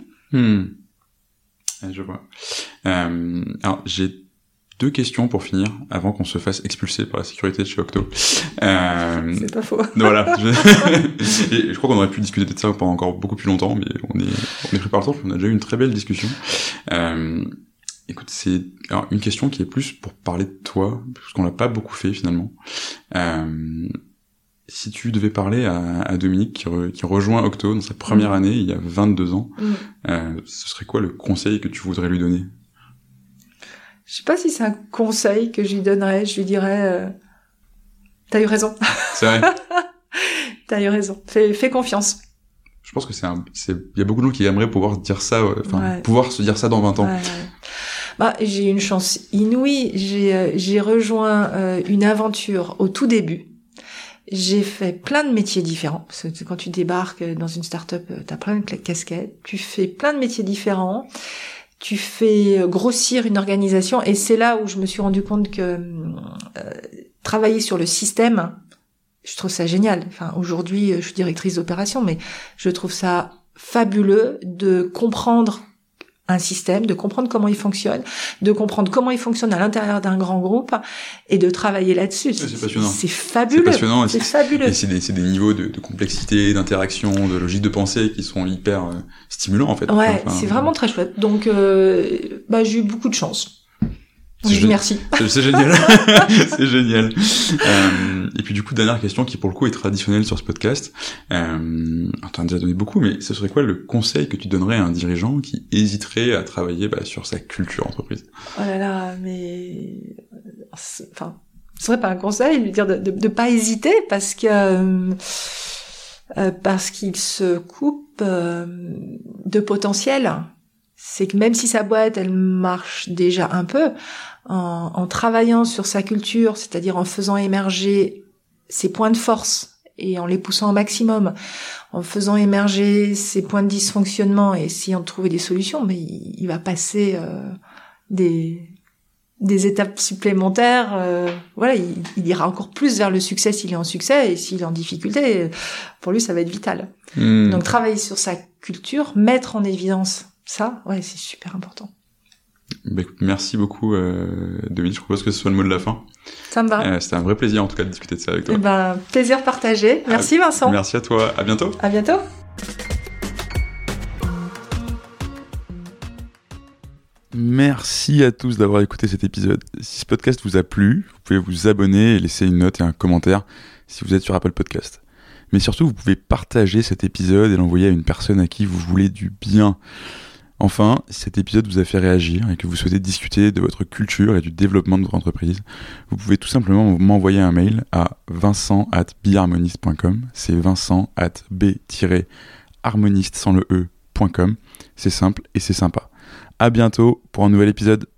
Je vois. Alors, j'ai 2 questions pour finir, avant qu'on se fasse expulser par la sécurité de chez Octo. C'est pas faux. Voilà. Et je crois qu'on aurait pu discuter de ça pendant encore beaucoup plus longtemps, mais on est pris par le temps, on a déjà eu une très belle discussion. Écoute, c'est une question qui est plus pour parler de toi, parce qu'on l'a pas beaucoup fait finalement. Si tu devais parler à Dominique qui rejoint Octo dans sa première année, il y a 22 ans, ce serait quoi le conseil que tu voudrais lui donner? Je sais pas si c'est un conseil que je lui donnerais. Je lui dirais, t'as eu raison. C'est vrai. T'as eu raison. Fais confiance. Je pense que il y a beaucoup de gens qui aimeraient pouvoir dire ça, pouvoir se dire ça dans 20 ans. Ouais. J'ai eu une chance inouïe. J'ai rejoint une aventure au tout début. J'ai fait plein de métiers différents. Parce que quand tu débarques dans une start-up, t'as plein de casquettes. Tu fais plein de métiers différents. Tu fais grossir une organisation, et c'est là où je me suis rendu compte que travailler sur le système, je trouve ça génial. Enfin, aujourd'hui, je suis directrice d'opération, mais je trouve ça fabuleux de comprendre un système, de comprendre comment il fonctionne, de comprendre comment il fonctionne à l'intérieur d'un grand groupe et de travailler là-dessus. C'est passionnant. C'est fabuleux. C'est passionnant. C'est fabuleux. Et c'est des niveaux de complexité, d'interaction, de logique de pensée qui sont hyper stimulants en fait. Ouais, c'est vraiment très chouette. Donc, j'ai eu beaucoup de chance. Merci. C'est génial. C'est génial. Et puis du coup, dernière question qui pour le coup est traditionnelle sur ce podcast. T'en as déjà donné beaucoup, mais ce serait quoi le conseil que tu donnerais à un dirigeant qui hésiterait à travailler sur sa culture entreprise? Oh là là, mais... Enfin, ce serait pas un conseil, lui dire de pas hésiter parce qu'il se coupe de potentiel. C'est que même si sa boîte, elle marche déjà un peu, en travaillant sur sa culture, c'est-à-dire en faisant émerger ses points de force et en les poussant au maximum, en faisant émerger ses points de dysfonctionnement et essayant de trouver des solutions, mais il va passer des étapes supplémentaires. Il ira encore plus vers le succès s'il est en succès, et s'il est en difficulté, pour lui, ça va être vital. Donc travailler sur sa culture, mettre en évidence ça, c'est super important. Écoute, merci beaucoup, Dominique. Je propose que ce soit le mot de la fin. Ça me va. C'était un vrai plaisir, en tout cas, de discuter de ça avec toi. Plaisir partagé. Merci, Vincent. Merci à toi. À bientôt. À bientôt. Merci à tous d'avoir écouté cet épisode. Si ce podcast vous a plu, vous pouvez vous abonner et laisser une note et un commentaire si vous êtes sur Apple Podcast. Mais surtout, vous pouvez partager cet épisode et l'envoyer à une personne à qui vous voulez du bien. Enfin, si cet épisode vous a fait réagir et que vous souhaitez discuter de votre culture et du développement de votre entreprise, vous pouvez tout simplement m'envoyer un mail à vincent@beharmonist.com. C'est vincent@b-harmonist.com. C'est simple et c'est sympa. À bientôt pour un nouvel épisode.